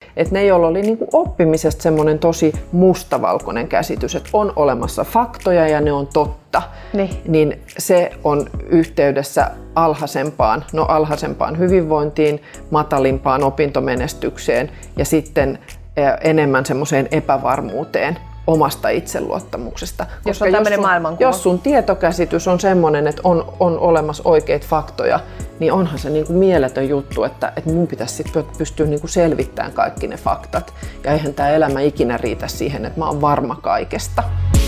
että ne, joilla oli niin kuin oppimisesta semmoinen tosi mustavalkoinen käsitys, että on olemassa faktoja ja ne on totta, niin se on yhteydessä alhaisempaan hyvinvointiin, matalimpaan opintomenestykseen ja sitten enemmän semmoiseen epävarmuuteen omasta itseluottamuksesta. Jos on tämmöinen maailmankuva. Jos sun tietokäsitys on semmoinen, että on olemassa oikeita faktoja, niin onhan se niin kuin mieletön juttu, että mun pitäisi sit pystyä niin kuin selvittämään kaikki ne faktat. Ja eihän tämä elämä ikinä riitä siihen, että mä oon varma kaikesta.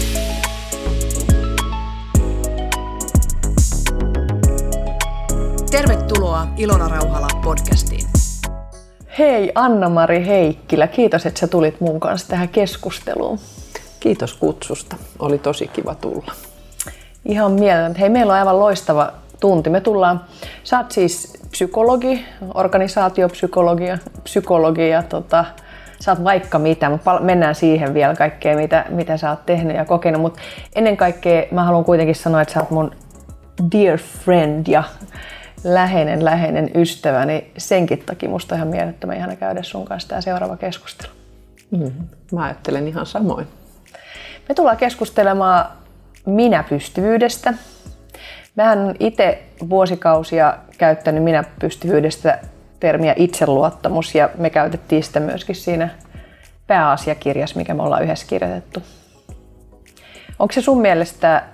Tervetuloa Ilona Rauhala podcastiin. Hei Anna-Mari Heikkilä, kiitos että sä tulit mun kanssa tähän keskusteluun. Kiitos kutsusta, oli tosi kiva tulla. Ihan mielelläni. Hei, meillä on aivan loistava tunti. Sä oot siis psykologi, organisaatiopsykologi ja sä oot vaikka mitä, mutta mennään siihen vielä kaikkea, mitä sä oot tehnyt ja kokenut. Mutta ennen kaikkea mä haluan kuitenkin sanoa, että sä oot mun dear friend ja läheinen ystävä, niin senkin takia musta on ihan mielettömän ihana käydä sun kanssa tämä seuraava keskustelu. Mä ajattelen ihan samoin. Me tullaan keskustelemaan minäpystyvyydestä. Mä oon itse vuosikausia käyttänyt minäpystyvyydestä termiä itseluottamus ja me käytettiin sitä myöskin siinä pääasiakirjassa, mikä me ollaan yhdessä kirjoitettu. Onko se sun mielestä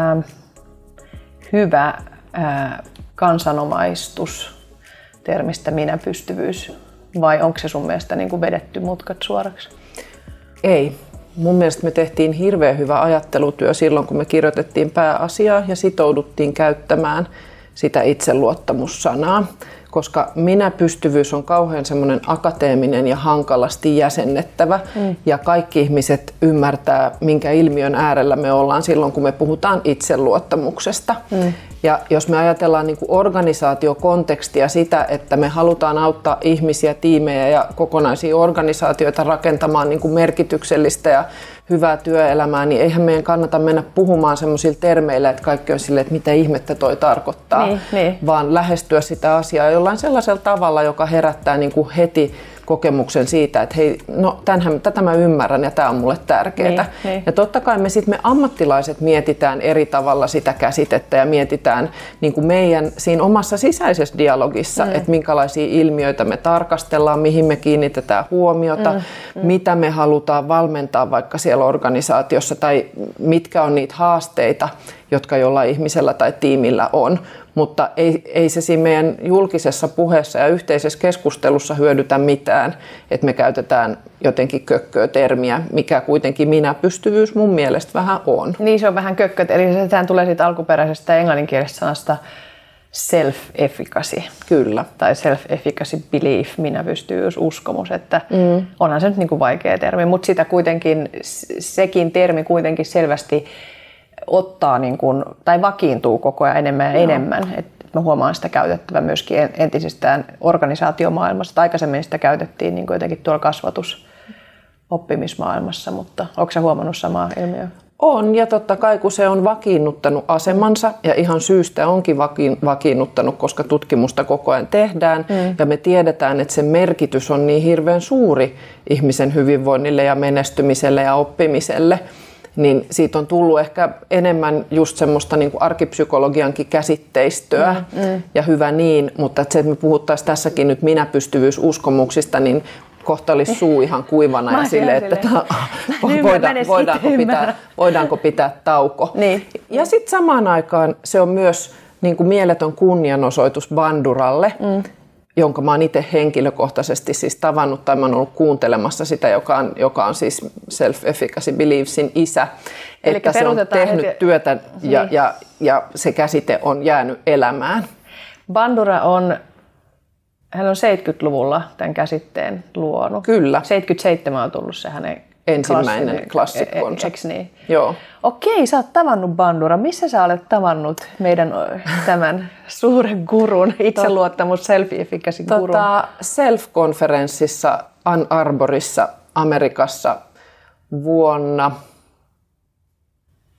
hyvä kansanomaistus termistä minäpystyvyys vai onko se sun mielestä niin kuin vedetty mutkat suoraksi? Ei. Mun mielestä me tehtiin hirveän hyvä ajattelutyö silloin, kun me kirjoitettiin pääasiaa ja sitouduttiin käyttämään sitä itseluottamussanaa, koska minäpystyvyys on kauhean semmoinen akateeminen ja hankalasti jäsennettävä ja kaikki ihmiset ymmärtää, minkä ilmiön äärellä me ollaan silloin, kun me puhutaan itseluottamuksesta. Ja jos me ajatellaan niin kuin organisaatiokontekstia sitä, että me halutaan auttaa ihmisiä, tiimejä ja kokonaisia organisaatioita rakentamaan niin kuin merkityksellistä ja hyvää työelämää, niin eihän meidän kannata mennä puhumaan semmoisilla termeillä, että kaikki on silleen, että mitä ihmettä toi tarkoittaa, vaan lähestyä sitä asiaa jollain sellaisella tavalla, joka herättää niin kuin heti kokemuksen siitä, että hei, no tätä mä ymmärrän ja tämä on mulle tärkeää. Ja totta kai me ammattilaiset mietitään eri tavalla sitä käsitettä ja mietitään niin kuin meidän siinä omassa sisäisessä dialogissa, että minkälaisia ilmiöitä me tarkastellaan, mihin me kiinnitetään huomiota, mitä me halutaan valmentaa vaikka siellä organisaatiossa tai mitkä on niitä haasteita, jotka jollain ihmisellä tai tiimillä on. Mutta ei se siinä meidän julkisessa puheessa ja yhteisessä keskustelussa hyödytä mitään, että me käytetään jotenkin kökköä termiä, mikä kuitenkin minäpystyvyys mun mielestä vähän on. Niin, se on vähän kökkö, eli sehän tulee siitä alkuperäisestä englanninkielisestä sanasta self-efficacy. Kyllä. Tai self-efficacy belief, minäpystyvyys, uskomus, että onhan se nyt niin kuin vaikea termi, mutta sitä kuitenkin, sekin termi kuitenkin selvästi ottaa niin kuin, tai vakiintuu koko ajan enemmän ja enemmän. Et mä huomaan sitä käytettävän myöskin entisestään organisaatiomaailmassa. Aikaisemmin sitä käytettiin niin kuin jotenkin tuolla oppimismaailmassa, mutta onko sä huomannut samaa ilmiöä? On, ja totta kai kun se on vakiinnuttanut asemansa, ja ihan syystä onkin vakiinnuttanut, koska tutkimusta koko ajan tehdään, ja me tiedetään, että se merkitys on niin hirveän suuri ihmisen hyvinvoinnille ja menestymiselle ja oppimiselle, niin siitä on tullut ehkä enemmän just semmoista niin kuin arkipsykologiankin käsitteistöä ja hyvä niin, mutta että se, että me puhuttaisiin tässäkin nyt minäpystyvyysuskomuksista, niin kohta olisi suu ihan kuivana ja silleen, että voidaanko pitää tauko. Niin. Ja sitten samaan aikaan se on myös niin kuin mieletön kunnianosoitus Banduralle, jonka mä oon itse henkilökohtaisesti siis tavannut tai mä oon ollut kuuntelemassa sitä, joka on siis Self-Efficacy Beliefsin isä. Eli että se on tehnyt työtä ja se käsite on jäänyt elämään. Bandura hän on 70-luvulla tämän käsitteen luonut. Kyllä. 77 on tullut se hänen ensimmäinen klassikkonsa. Eikö niin? Joo. Okei, sä oot tavannut Bandura. Missä sä olet tavannut meidän tämän suuren gurun, itseluottamus self-efficacy gurun? Self-konferenssissa Ann Arborissa Amerikassa vuonna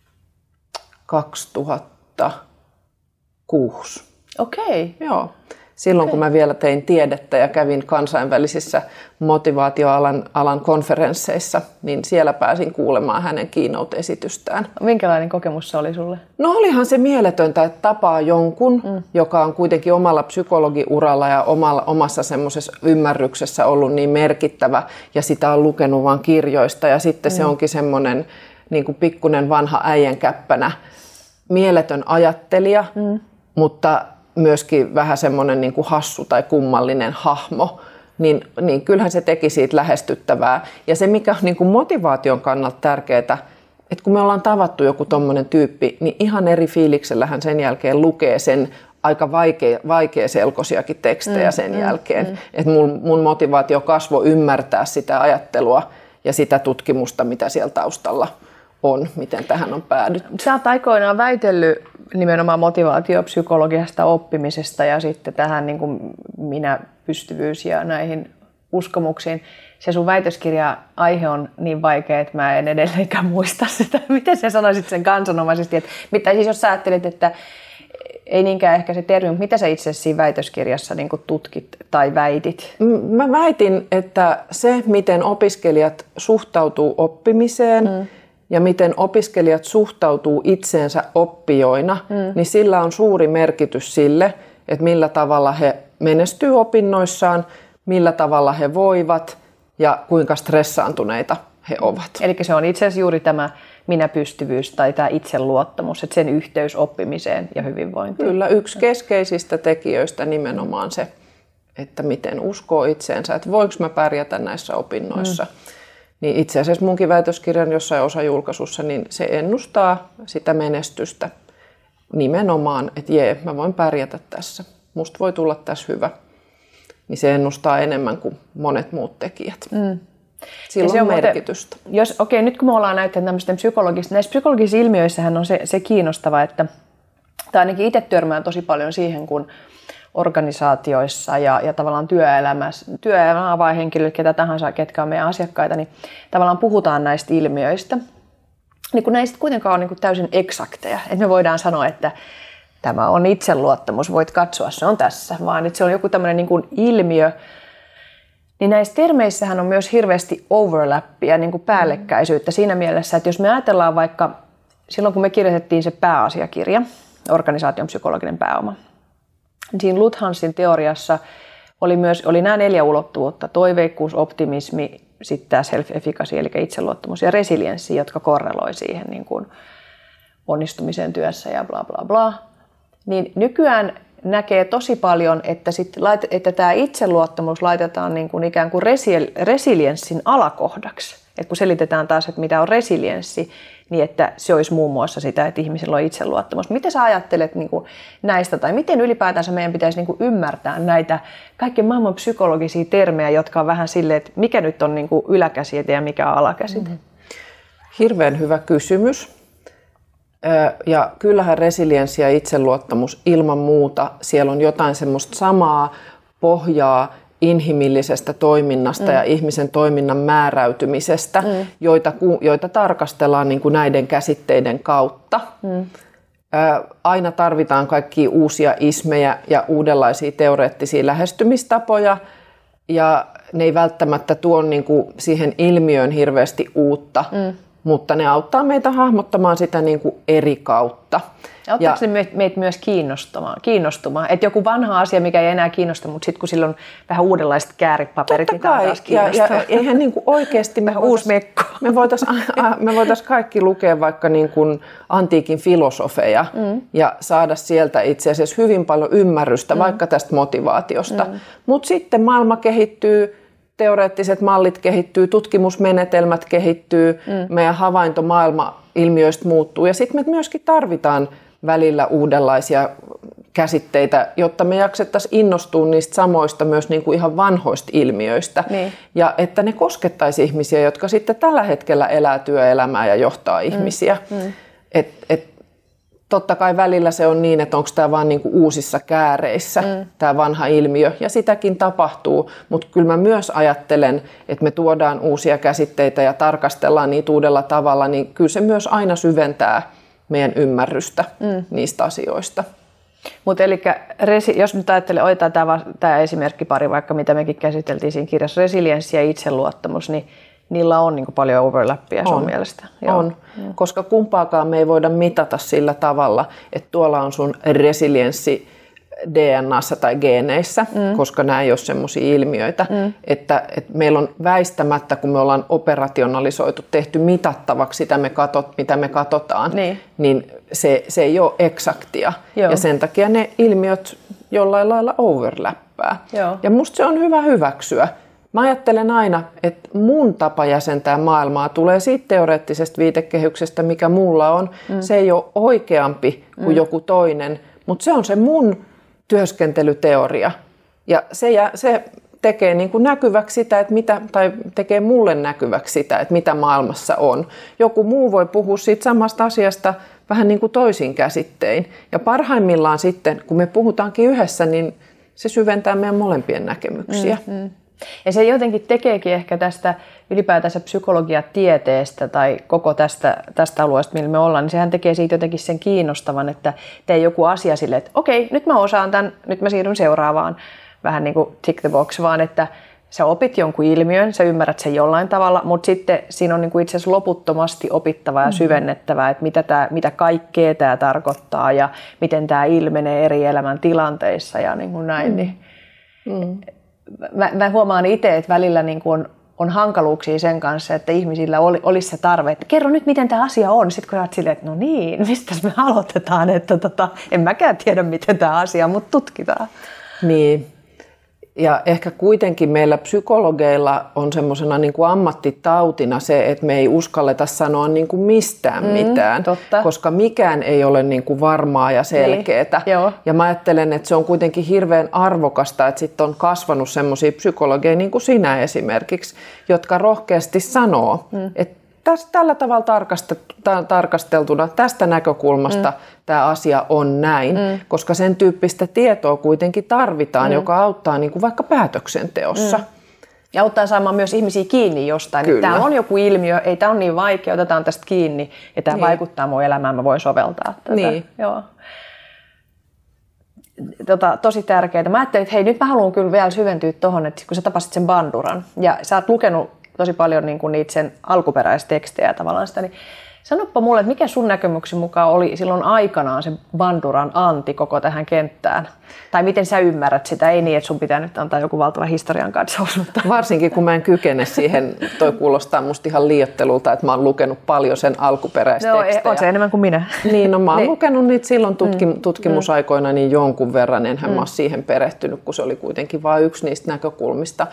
2006. Okei. Joo. Silloin kun mä vielä tein tiedettä ja kävin kansainvälisissä motivaatioalan konferensseissa, niin siellä pääsin kuulemaan hänen keynote-esitystään. Minkälainen kokemus se oli sulle? No olihan se mieletöntä, että tapaa jonkun, joka on kuitenkin omalla psykologiuralla ja omassa semmoisessa ymmärryksessä ollut niin merkittävä ja sitä on lukenut vaan kirjoista ja sitten se onkin semmoinen niin kuin pikkunen vanha äijänkäppänä, mieletön ajattelija, mutta myöskin vähän semmoinen niin kuin hassu tai kummallinen hahmo, niin kyllähän se teki siitä lähestyttävää. Ja se, mikä on niin kuin motivaation kannalta tärkeää, että kun me ollaan tavattu joku tommoinen tyyppi, niin ihan eri fiiliksellähän sen jälkeen lukee sen aika vaikeaselkoisiakin tekstejä sen jälkeen. Että mun motivaatio kasvoi ymmärtää sitä ajattelua ja sitä tutkimusta, mitä siellä taustalla on, miten tähän on päädytty. Sä oot aikoinaan väitellyt nimenomaan motivaatiopsykologiasta, oppimisesta ja sitten tähän niin kuin minäpystyvyys ja näihin uskomuksiin. Se sun väitöskirja-aihe on niin vaikea, että mä en edelleenkään muista sitä. Miten sä sanoisit sen kansanomaisesti? Mitä siis jos sä ajattelit, että ei niinkään ehkä se termi, mutta mitä sä itse asiassa siinä väitöskirjassa niin kuin tutkit tai väitit? Mä väitin, että se, miten opiskelijat suhtautuu oppimiseen, ja miten opiskelijat suhtautuu itseensä oppijoina, niin sillä on suuri merkitys sille, että millä tavalla he menestyy opinnoissaan, millä tavalla he voivat ja kuinka stressaantuneita he ovat. Eli se on itse asiassa juuri tämä minäpystyvyys tai tämä itseluottamus, että sen yhteys oppimiseen ja hyvinvointiin. Kyllä, yksi keskeisistä tekijöistä nimenomaan se, että miten uskoo itseensä, että voinko mä pärjätä näissä opinnoissa. Niin itse asiassa munkin väitöskirjan jossain osajulkaisussa, niin se ennustaa sitä menestystä nimenomaan, että mä voin pärjätä tässä. Musta voi tulla tässä hyvä. Niin se ennustaa enemmän kuin monet muut tekijät. Sillä on merkitystä. Nyt kun me ollaan näyttänyt näissä psykologisissa ilmiöissähän on se kiinnostava, että tai ainakin itse törmään tosi paljon siihen, kun organisaatioissa ja tavallaan työelämän avainhenkilöt, ketä tahansa, ketkä on meidän asiakkaita, niin tavallaan puhutaan näistä ilmiöistä. Niin kun näistä kuitenkaan on niin kuin täysin eksakteja, että me voidaan sanoa, että tämä on itseluottamus, voit katsoa, se on tässä, vaan että se on joku tämmöinen niin kuin ilmiö. Niin näissä termeissähän on myös hirveästi overlappia, niin kuin päällekkäisyyttä siinä mielessä, että jos me ajatellaan vaikka silloin, kun me kirjoitettiin se pääasiakirja, organisaation psykologinen pääoma, siinä Luthansin teoriassa oli nämä 4 ulottuvuutta, toiveikkuus, optimismi, sitten tämä self-efficacy, eli itseluottamus ja resilienssi, jotka korreloi siihen niin kuin onnistumiseen työssä ja bla bla bla. Niin nykyään näkee tosi paljon, että tämä itseluottamus laitetaan niin kuin ikään kuin resilienssin alakohdaksi. Et kun selitetään taas, että mitä on resilienssi, niin että se olisi muun muassa sitä, että ihmisillä on itseluottamus. Miten sä ajattelet niin kuin näistä, tai miten ylipäätänsä meidän pitäisi niin kuin ymmärtää näitä kaikkien maailman psykologisia termejä, jotka on vähän silleen, että mikä nyt on niin kuin yläkäsite ja mikä on alakäsite? Hirveän hyvä kysymys. Ja kyllähän resilienssi ja itseluottamus ilman muuta, siellä on jotain semmoista samaa pohjaa inhimillisestä toiminnasta ja ihmisen toiminnan määräytymisestä, joita tarkastellaan niin kuin näiden käsitteiden kautta. Aina tarvitaan kaikkia uusia ismejä ja uudenlaisia teoreettisia lähestymistapoja, ja ne ei välttämättä tuo niin kuin siihen ilmiöön hirveästi uutta, mutta ne auttaa meitä hahmottamaan sitä niin kuin eri kautta. Auttaako se meitä myös kiinnostumaan? Että joku vanha asia, mikä ei enää kiinnosta, mutta sitten kun sillä on vähän uudenlaiset kääripaperit, niin tämä taas kiinnostaa. Ja eihän niin kuin oikeasti uusi mekko. Me voitaisiin kaikki lukea vaikka niin kuin antiikin filosofeja ja saada sieltä itse asiassa hyvin paljon ymmärrystä vaikka tästä motivaatiosta. Mutta sitten maailma kehittyy, teoreettiset mallit kehittyy, tutkimusmenetelmät kehittyy, meidän havaintomaailma ilmiöistä muuttuu ja sitten me myöskin tarvitaan välillä uudenlaisia käsitteitä, jotta me jaksettaisiin innostua niistä samoista myös niin kuin ihan vanhoista ilmiöistä. Niin. Ja että ne koskettaisi ihmisiä, jotka sitten tällä hetkellä elää työelämää ja johtaa ihmisiä. Totta kai välillä se on niin, että onko tämä vaan niin kuin uusissa kääreissä, tämä vanha ilmiö, ja sitäkin tapahtuu. Mutta kyllä mä myös ajattelen, että me tuodaan uusia käsitteitä ja tarkastellaan niitä uudella tavalla, niin kyllä se myös aina syventää meidän ymmärrystä niistä asioista. Mutta eli jos nyt otetaan tämä esimerkkipari, vaikka mitä mekin käsiteltiin siinä kirjassa, resilienssi ja itseluottamus, niin niillä on niin kuin paljon overlappia sun mielestä. On, koska kumpaakaan me ei voida mitata sillä tavalla, että tuolla on sun resilienssi DNAssa tai geeneissä, koska nämä ei ole semmoisia ilmiöitä, että meillä on väistämättä, kun me ollaan operationalisoitu, tehty mitattavaksi sitä mitä me katsotaan, niin se ei ole eksaktia. Joo. Ja sen takia ne ilmiöt jollain lailla overlappaa. Joo. Ja musta se on hyvä hyväksyä. Mä ajattelen aina, että mun tapa jäsentää maailmaa tulee siitä teoreettisesta viitekehyksestä, mikä mulla on. Se ei ole oikeampi kuin joku toinen, mutta se on se mun työskentelyteoria. Ja se tekee niin kuin näkyväksi sitä, että tekee mulle näkyväksi sitä, että mitä maailmassa on. Joku muu voi puhua siitä samasta asiasta vähän niin kuin toisin käsittein. Ja parhaimmillaan sitten, kun me puhutaankin yhdessä, niin se syventää meidän molempien näkemyksiä. Ja se jotenkin tekeekin ehkä tästä ylipäätänsä psykologiatieteestä tai koko tästä alueesta, millä me ollaan, niin sehän tekee siitä jotenkin sen kiinnostavan, että tee joku asia silleen, että okei, nyt mä osaan tämän, nyt mä siirryn seuraavaan, vähän niin kuin tick the box, vaan että sä opit jonkun ilmiön, sä ymmärrät sen jollain tavalla, mutta sitten siinä on niin kuin itse asiassa loputtomasti opittavaa ja syvennettävää, että mitä kaikkea tämä tarkoittaa ja miten tämä ilmenee eri elämän tilanteissa ja niin kuin näin. Mä huomaan itse, että välillä niin kuin on hankaluuksia sen kanssa, että ihmisillä olisi se tarve, että kerro nyt, miten tämä asia on. Sitten kun olet silleen, että no niin, mistä me aloitetaan, että en mäkään tiedä, miten tämä asia on, mutta tutkitaan. Niin. Ja ehkä kuitenkin meillä psykologeilla on semmoisena niin kuin ammattitautina se, että me ei uskalleta sanoa niin kuin mistään mitään, koska mikään ei ole niin kuin varmaa ja selkeätä. Ja mä ajattelen, että se on kuitenkin hirveän arvokasta, että sitten on kasvanut semmoisia psykologeja, niin kuin sinä esimerkiksi, jotka rohkeasti sanoo, että tällä tavalla tarkasteltuna tästä näkökulmasta tämä asia on näin, koska sen tyyppistä tietoa kuitenkin tarvitaan, joka auttaa niin kuin vaikka päätöksenteossa. Ja auttaa saamaan myös ihmisiä kiinni jostain. Tämä on joku ilmiö, ei tämä ole niin vaikea, otetaan tästä kiinni ja tämä vaikuttaa mun elämään, mä voin soveltaa tätä. Niin. Joo. Tosi tärkeää. Mä ajattelin, että hei, nyt mä haluan kyllä vielä syventyä tuohon, että kun sä tapasit sen Banduran ja sä oot lukenut tosi paljon niin kuin niitä sen alkuperäistekstejä tavallaan sitä, niin sanoppa mulle, että mikä sun näkemyksen mukaan oli silloin aikanaan se Banduran anti koko tähän kenttään? Tai miten sä ymmärrät sitä? Ei niin, että sun pitää nyt antaa joku valtava historian katsaus. Mutta varsinkin kun mä en kykene siihen, toi kuulostaa musta ihan liioittelulta, että mä oon lukenut paljon sen alkuperäistekstejä. No, oot se enemmän kuin minä. Niin, no mä oon lukenut niitä silloin tutkimusaikoina niin jonkun verran, enhän mä oon siihen perehtynyt, kun se oli kuitenkin vain yksi niistä näkökulmista.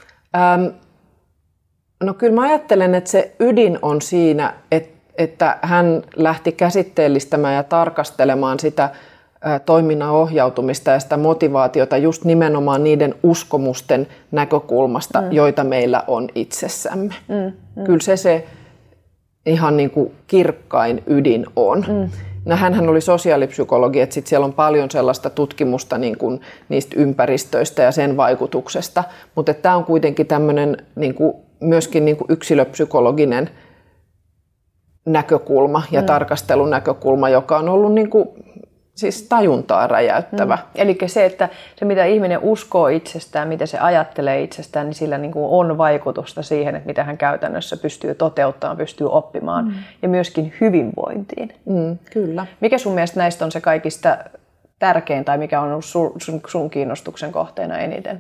No kyllä mä ajattelen, että se ydin on siinä, että hän lähti käsitteellistämään ja tarkastelemaan sitä toiminnan ohjautumista ja sitä motivaatiota just nimenomaan niiden uskomusten näkökulmasta, joita meillä on itsessämme. Kyllä se ihan niin kuin kirkkain ydin on. No, hänhän oli sosiaalipsykologi, että sit siellä on paljon sellaista tutkimusta niin kuin niistä ympäristöistä ja sen vaikutuksesta, mutta tämä on kuitenkin tämmöinen niin kuin myöskin niin kuin yksilöpsykologinen näkökulma ja tarkastelun näkökulma, joka on ollut niin kuin, siis tajuntaa räjäyttävä. Eli se, että se mitä ihminen uskoo itsestään, mitä se ajattelee itsestään, niin sillä niin kuin on vaikutusta siihen, että mitä hän käytännössä pystyy toteuttamaan, pystyy oppimaan ja myöskin hyvinvointiin. Kyllä. Mikä sun mielestä näistä on se kaikista tärkein tai mikä on ollut sun kiinnostuksen kohteena eniten?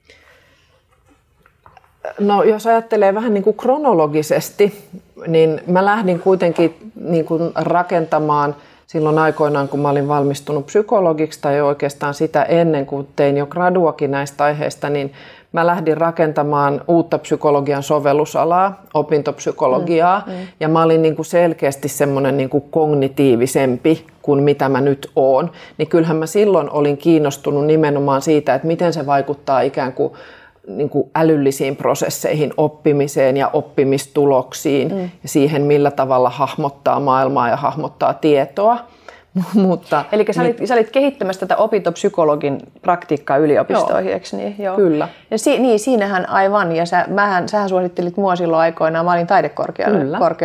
No, jos ajattelee vähän niin kuin kronologisesti, niin mä lähdin kuitenkin niin kuin rakentamaan silloin aikoinaan, kun mä olin valmistunut psykologiksi tai oikeastaan sitä ennen, kun tein jo graduakin näistä aiheista, niin mä lähdin rakentamaan uutta psykologian sovellusalaa, opintopsykologiaa, ja mä olin niin kuin selkeästi semmoinen niin kuin kognitiivisempi kuin mitä mä nyt oon. Niin kyllähän mä silloin olin kiinnostunut nimenomaan siitä, että miten se vaikuttaa ikään kuin niin kuin älyllisiin prosesseihin, oppimiseen ja oppimistuloksiin ja siihen, millä tavalla hahmottaa maailmaa ja hahmottaa tietoa. Eli sä olit kehittämässä tätä opintopsykologin praktiikkaa yliopistoihin, eikö niin? Joo. Kyllä. Ja siinähän aivan, ja sähän suosittelit mua silloin aikoinaan, mä olin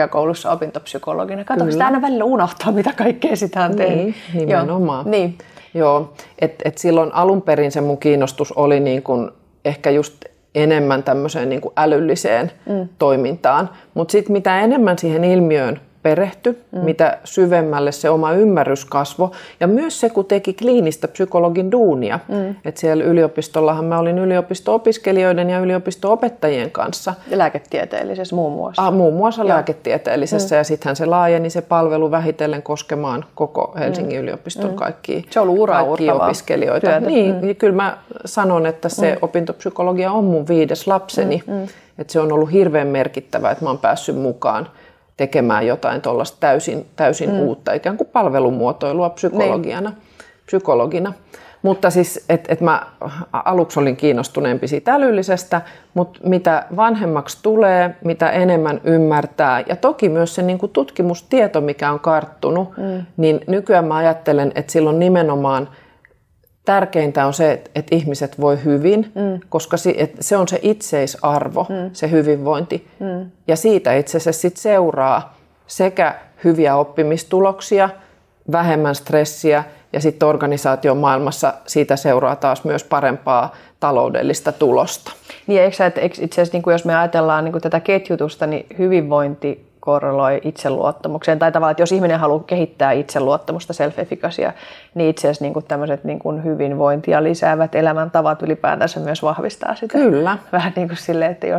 taidekorkeakoulussa opintopsykologina. Kato, sitä aina välillä unohtaa, mitä kaikkea sitä on tehnyt. Niin, nimenomaan. Niin. Joo, et silloin alun perin se mun kiinnostus oli niin kuin ehkä just enemmän tämmöiseen niin kuin älylliseen toimintaan. Mutta sitten mitä enemmän siihen ilmiöön perehtyi, mitä syvemmälle se oma ymmärrys kasvoi. Ja myös se, kun teki kliinistä psykologin duunia. Että siellä yliopistollahan mä olin yliopisto-opiskelijoiden ja yliopisto-opettajien kanssa. Ja lääketieteellisessä muun muassa. Muun muassa lääketieteellisessä. Ja sittenhän se laajeni se palvelu vähitellen koskemaan koko Helsingin yliopiston kaikkia opiskelijoita. Työtä. Niin, kyllä mä sanon, että se opintopsykologia on mun 5. lapseni. Että se on ollut hirveän merkittävää, että mä oon päässyt mukaan tekemään jotain tuollaista täysin uutta, ikään kuin palvelumuotoilua psykologina. Mutta siis, että mä aluksi olin kiinnostuneempi siitä älyllisestä, mutta mitä vanhemmaksi tulee, mitä enemmän ymmärtää, ja toki myös se niin kuin tutkimustieto, mikä on karttunut, niin nykyään mä ajattelen, että silloin nimenomaan tärkeintä on se, että ihmiset voi hyvin, koska se on se itseisarvo, se hyvinvointi. Ja siitä itse asiassa sit seuraa sekä hyviä oppimistuloksia, vähemmän stressiä ja sitten organisaation maailmassa siitä seuraa taas myös parempaa taloudellista tulosta. Niin, eikö itse asiassa, niin jos me ajatellaan niin tätä ketjutusta, niin hyvinvointi korreloi itseluottamukseen. Tai tavallaan, että jos ihminen haluaa kehittää itseluottamusta, self-efficacya, niin itse asiassa niin tämmöiset niin hyvinvointia lisäävät elämäntavat ylipäätänsä myös vahvistaa sitä. Kyllä. Vähän niin kuin silleen, että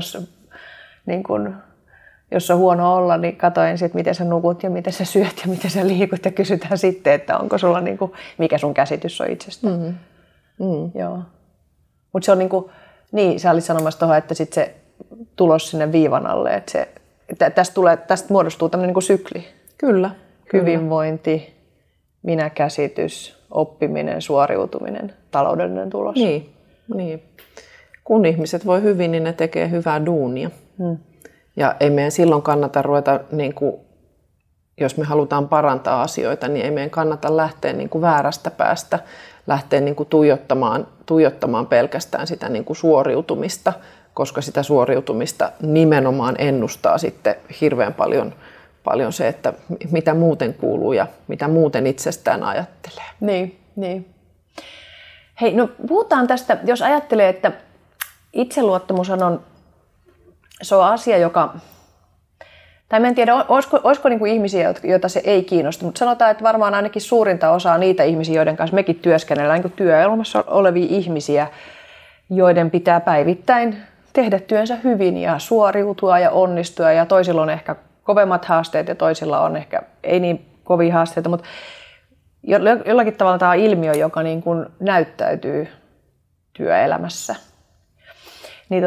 jos on huono olla, niin katso ensin, että miten sä nukut ja miten sä syöt ja miten sä liikut ja kysytään sitten, että onko sulla mikä sun käsitys on itsestä. Joo. Mutta se on niin sä olit sanomassa tuohon, että sitten se tulos sinne viivan alle, että tästä muodostuu tämmöinen sykli. Kyllä. Hyvinvointi, minäkäsitys, oppiminen, suoriutuminen, taloudellinen tulos. Niin. Kun ihmiset voi hyvin, niin ne tekee hyvää duunia. Ja ei meidän silloin kannata ruveta, jos me halutaan parantaa asioita, niin ei meidän kannata lähteä väärästä päästä, lähteä tuijottamaan pelkästään sitä suoriutumista, koska sitä suoriutumista nimenomaan ennustaa sitten hirveän paljon se, että mitä muuten kuuluu ja mitä muuten itsestään ajattelee. Niin. Hei, no puhutaan tästä, jos ajattelee, että itseluottamus se on asia, joka, tai en tiedä, olisiko ihmisiä, joita se ei kiinnosta, mutta sanotaan, että varmaan ainakin suurinta osaa niitä ihmisiä, joiden kanssa mekin työskennellään, työelämässä olevia ihmisiä, joiden pitää päivittäin tehdä työnsä hyvin ja suoriutua ja onnistua, ja toisilla on ehkä kovemmat haasteet ja toisilla on ehkä ei niin kovia haasteita, mutta jollakin tavalla tämä on ilmiö, joka niin kuin näyttäytyy työelämässä. Niin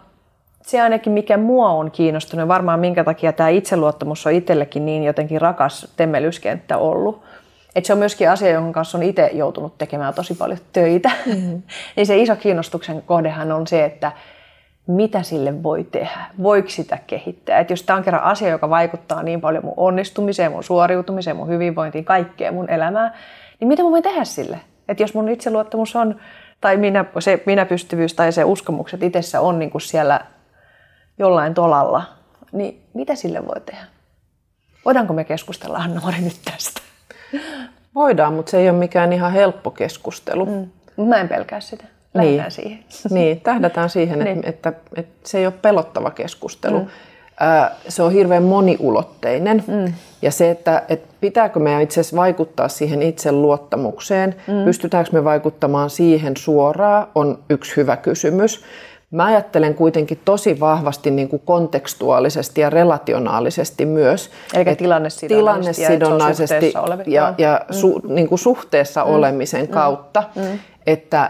se ainakin, mikä mua on kiinnostunut, varmaan minkä takia tämä itseluottamus on itsellekin niin jotenkin rakas temmelyskenttä ollut. Että se on myöskin asia, jonka kanssa on itse joutunut tekemään tosi paljon töitä. Niin se iso kiinnostuksen kohdehan on se, että mitä sille voi tehdä, voiko sitä kehittää. Että jos tämä on kerran asia, joka vaikuttaa niin paljon mun onnistumiseen, mun suoriutumiseen, mun hyvinvointiin, kaikkeen mun elämään, niin mitä mä voin tehdä sille? Että jos mun itseluottamus on, tai se minäpystyvyys tai se uskomukset itsessä on niin kuin siellä jollain tolalla, niin mitä sille voi tehdä? Voidaanko me keskustella, Anna-Mari, nyt tästä? Voidaan, mutta se ei ole mikään ihan helppo keskustelu. Mä en pelkää sitä. Lähdetään siihen. Niin, tähdätään siihen, että se ei ole pelottava keskustelu. Se on hirveän moniulotteinen. Ja se, että pitääkö meidän itse asiassa vaikuttaa siihen itseluottamukseen, pystytäänkö me vaikuttamaan siihen suoraan, on yksi hyvä kysymys. Mä ajattelen kuitenkin tosi vahvasti niin kuin kontekstuaalisesti ja relationaalisesti myös. Eli tilannesidonnaisesti ja niin kuin suhteessa olemisen kautta, että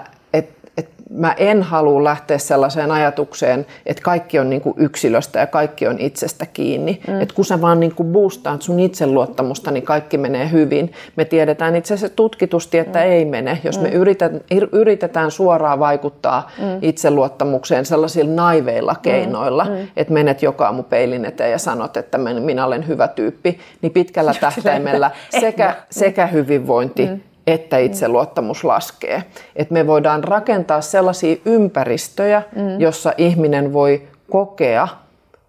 mä en halua lähteä sellaiseen ajatukseen, että kaikki on niin kuin yksilöstä ja kaikki on itsestä kiinni. Että kun sä vaan niin kuin boostaat sun itseluottamusta, niin kaikki menee hyvin. Me tiedetään itse asiassa tutkitusti, että ei mene. Jos me yritetään suoraan vaikuttaa itseluottamukseen sellaisilla naiveilla keinoilla, että menet joka aamu peilin eteen ja sanot, että minä olen hyvä tyyppi, niin pitkällä tähtäimellä sekä hyvinvointi että itseluottamus laskee. Että me voidaan rakentaa sellaisia ympäristöjä, jossa ihminen voi kokea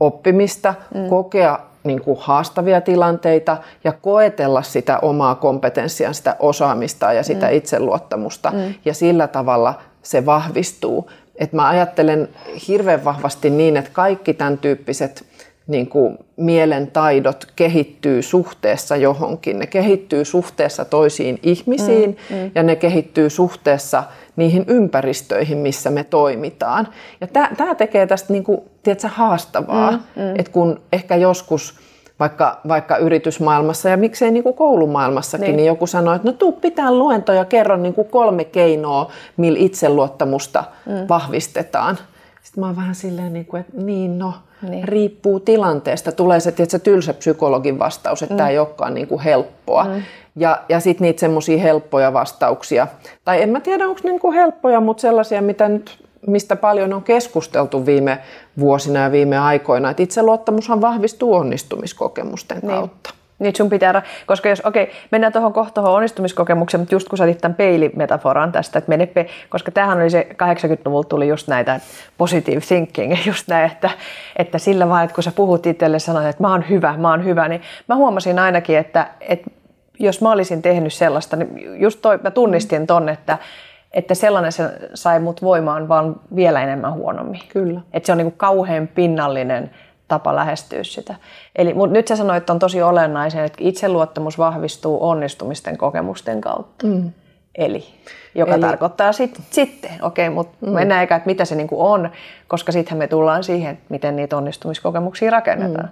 oppimista, kokea niin kuin haastavia tilanteita ja koetella sitä omaa kompetenssia, sitä osaamista ja sitä itseluottamusta. Ja sillä tavalla se vahvistuu. Et mä ajattelen hirveän vahvasti niin, että kaikki tämän tyyppiset niin kuin mielen taidot kehittyy suhteessa johonkin. Ne kehittyy suhteessa toisiin ihmisiin ja ne kehittyy suhteessa niihin ympäristöihin, missä me toimitaan. Ja tämä tekee tästä niin kuin, tiedätkö, haastavaa, että kun ehkä joskus vaikka yritysmaailmassa ja miksei niin kuin koulumaailmassakin, niin joku sanoo, että no tuu pitää luento ja kerro niin kuin 3 keinoa, millä itseluottamusta vahvistetaan. Sitten mä oon vähän silleen, että riippuu tilanteesta. Tulee se tylsä psykologin vastaus, että tämä ei olekaan niin kuin helppoa. Ja sitten niitä semmoisia helppoja vastauksia. Tai en mä tiedä, onko ne niin kuin helppoja, mutta sellaisia, mistä paljon on keskusteltu viime vuosina ja viime aikoina. Että itseluottamushan vahvistuu onnistumiskokemusten kautta. Niin sun pitää, koska jos, mennään tuohon onnistumiskokemukseen, mutta just kun sä otit tämän peilimetaforan tästä, että koska tämähän oli se 80-luvulta tuli just näitä positive thinking, just näin, että sillä vaan, että kun sä puhut itselle sanoit, että mä oon hyvä, niin mä huomasin ainakin, että jos mä olisin tehnyt sellaista, niin just mä tunnistin ton, että sellainen se sai mut voimaan vaan vielä enemmän huonommin. Kyllä. Että se on niinku kauhean pinnallinen tapa lähestyä sitä. Eli nyt sä sanoit, että on tosi olennaisen, että itseluottamus vahvistuu onnistumisten kokemusten kautta. Eli tarkoittaa sitten, mutta mennään eikä, että mitä se niinku on, koska sittenhän me tullaan siihen, miten niitä onnistumiskokemuksia rakennetaan.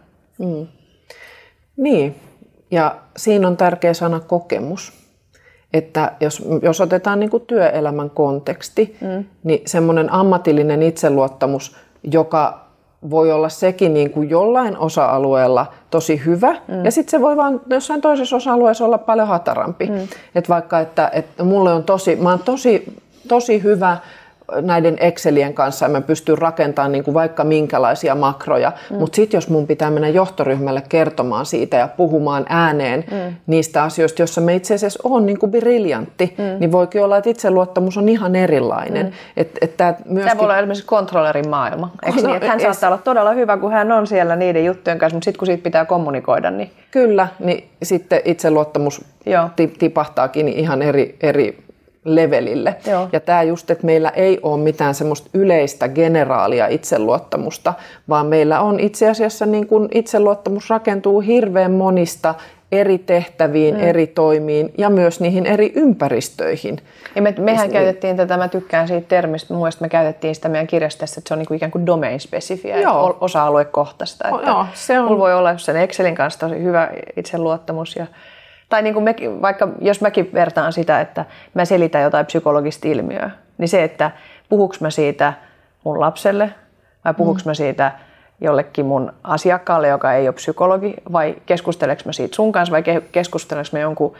Niin, ja siinä on tärkeä sana kokemus. Että jos otetaan niin kuin työelämän konteksti, niin semmoinen ammatillinen itseluottamus, joka voi olla sekin niin kuin jollain osa-alueella tosi hyvä, ja sitten se voi vaan jossain toisessa osa-alueessa olla paljon hatarampi. Että vaikka, että mulle on mä oon tosi hyvä näiden Excelien kanssa, ja mä pystyn rakentamaan niin kuin vaikka minkälaisia makroja, mutta sitten jos mun pitää mennä johtoryhmälle kertomaan siitä ja puhumaan ääneen niistä asioista, joissa me itse asiassa on niin kuin briljantti, niin voikin olla, että itseluottamus on ihan erilainen. Tämä voi olla esimerkiksi kontrollerin maailma. Eikö niin, että hän saattaa olla todella hyvä, kun hän on siellä niiden juttujen kanssa, mutta sitten kun siitä pitää kommunikoida, niin... Kyllä, niin sitten itseluottamus tipahtaakin ihan eri levelille. Joo. Ja tämä just, että meillä ei ole mitään semmoista yleistä generaalia itseluottamusta, vaan meillä on itse asiassa niin kun itseluottamus rakentuu hirveän monista eri tehtäviin, eri toimiin ja myös niihin eri ympäristöihin. Ja mehän käytettiin tätä, mä tykkään siitä termistä, mun mielestä me käytettiin sitä meidän kirjastassa, että se on niin ikään kuin domain-spesifiä, osa-aluekohtaista. Mulla voi olla sen Excelin kanssa tosi hyvä itseluottamus tai niin kuin vaikka jos mäkin vertaan sitä, että mä selitän jotain psykologista ilmiöä, niin se, että puhuks mä siitä mun lapselle vai puhuks mä siitä jollekin mun asiakkaalle, joka ei ole psykologi, vai keskusteleks mä siitä sun kanssa vai keskusteleks mä jonkun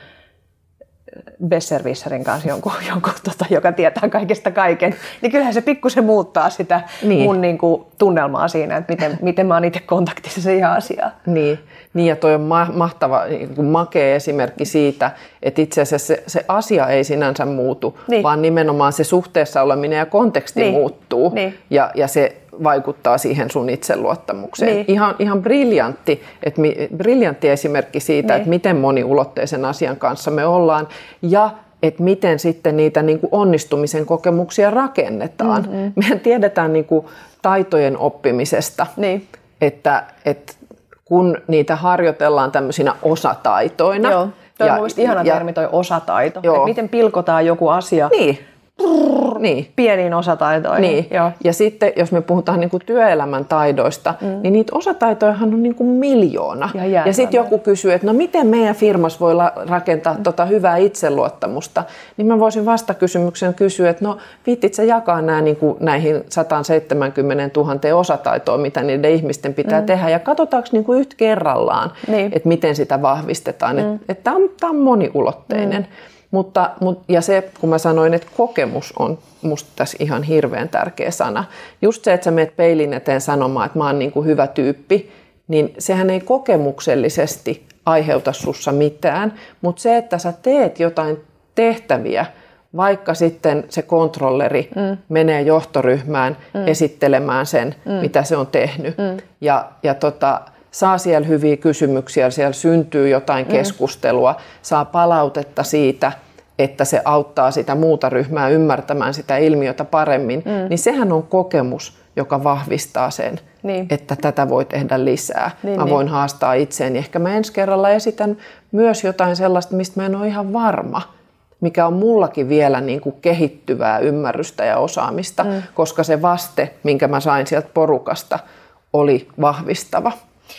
besserwisserin kanssa, jonkun joka tietää kaikesta kaiken, niin kyllähän se pikkusen muuttaa sitä mun niin kuin tunnelmaa siinä, että miten mä oon itse kontaktissa siihen asiaan. Niin, ja toi on mahtava, makea esimerkki siitä, että itse asiassa se asia ei sinänsä muutu, vaan nimenomaan se suhteessa oleminen ja konteksti muuttuu, ja se vaikuttaa siihen sun itseluottamukseen. Ihan briljantti esimerkki siitä, että miten moniulotteisen asian kanssa me ollaan ja että miten sitten niitä niin kuin onnistumisen kokemuksia rakennetaan. Mehän tiedetään niin kuin taitojen oppimisesta, että kun niitä harjoitellaan tämmöisinä osataitoina. Joo, toi on mielestäni ihana termi toi osataito, että miten pilkotaan joku asia. Pieniin osataitoihin. Niin. Ja sitten jos me puhutaan niin kuin työelämän taidoista, niin niitä osataitojahan on niin kuin miljoona. Ja sitten joku kysyy, että no miten meidän firmassa voi rakentaa hyvää itseluottamusta, niin mä voisin vastakysymyksen kysyä, että no viittit sä jakaa nämä niin kuin näihin 170 000 osataitoon, mitä niiden ihmisten pitää tehdä, ja katsotaanko niin kuin yhtä kerrallaan, että miten sitä vahvistetaan. Että tämä on moniulotteinen. Ja se, kun mä sanoin, että kokemus on musta tässä ihan hirveän tärkeä sana. Just se, että sä menet peilin eteen sanomaan, että mä oon niin kuin hyvä tyyppi, niin sehän ei kokemuksellisesti aiheuta sussa mitään. Mutta se, että sä teet jotain tehtäviä vaikka sitten se kontrolleri menee johtoryhmään esittelemään sen, mitä se on tehnyt. Ja saa siellä hyviä kysymyksiä, siellä syntyy jotain keskustelua, saa palautetta siitä, että se auttaa sitä muuta ryhmää ymmärtämään sitä ilmiötä paremmin, niin sehän on kokemus, joka vahvistaa sen, että tätä voi tehdä lisää. Mä voin haastaa itseäni. Ehkä mä ensi kerralla esitän myös jotain sellaista, mistä mä en ole ihan varma, mikä on mullakin vielä niin kuin kehittyvää ymmärrystä ja osaamista, koska se vaste, minkä mä sain sieltä porukasta, oli vahvistava.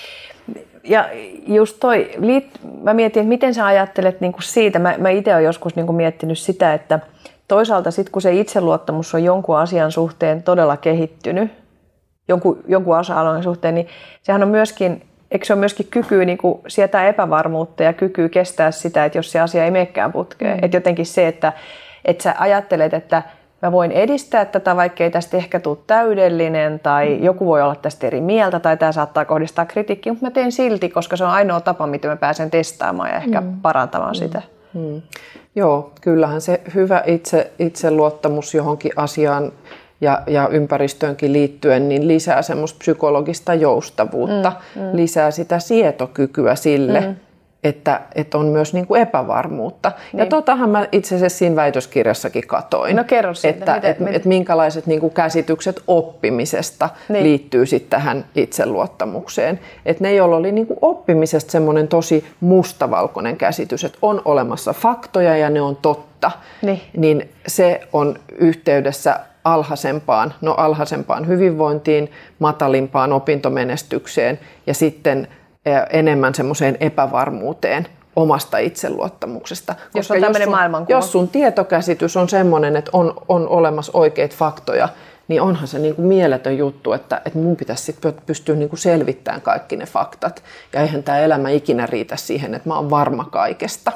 Ja just mä mietin, että miten sä ajattelet niin kuin siitä, mä itse olen joskus niin kuin miettinyt sitä, että toisaalta sitten kun se itseluottamus on jonkun asian suhteen todella kehittynyt, jonkun osa-alueen suhteen, niin sehän on myöskin, eikö se ole myöskin kyky niin kuin sietää epävarmuutta ja kyky kestää sitä, että jos se asia ei menekään putkeen. Että jotenkin se, että sä ajattelet, että mä voin edistää tätä, vaikka ei tästä ehkä tule täydellinen, tai joku voi olla tästä eri mieltä, tai tämä saattaa kohdistaa kritiikkiä, mutta mä teen silti, koska se on ainoa tapa, miten mä pääsen testaamaan ja ehkä parantamaan sitä. Joo, kyllähän se hyvä itseluottamus johonkin asiaan ja ympäristöönkin liittyen niin lisää semmoista psykologista joustavuutta, lisää sitä sietokykyä sille, että on myös niin kuin epävarmuutta. Niin. Ja totahan mä itse asiassa siinä väitöskirjassakin katoin, no kerro siitä, että minkälaiset niin kuin käsitykset oppimisesta liittyy sitten tähän itseluottamukseen. Että ne, joilla oli niin kuin oppimisesta semmoinen tosi mustavalkoinen käsitys, että on olemassa faktoja ja ne on totta, niin se on yhteydessä alhaisempaan hyvinvointiin, matalimpaan opintomenestykseen ja sitten enemmän semmoiseen epävarmuuteen omasta itseluottamuksesta. Koska jos sun tietokäsitys on semmoinen, että on olemassa oikeita faktoja, niin onhan se niin kuin mieletön juttu, että mun pitäisi sit pystyä niin kuin selvittämään kaikki ne faktat. Ja eihän tämä elämä ikinä riitä siihen, että mä oon varma kaikesta.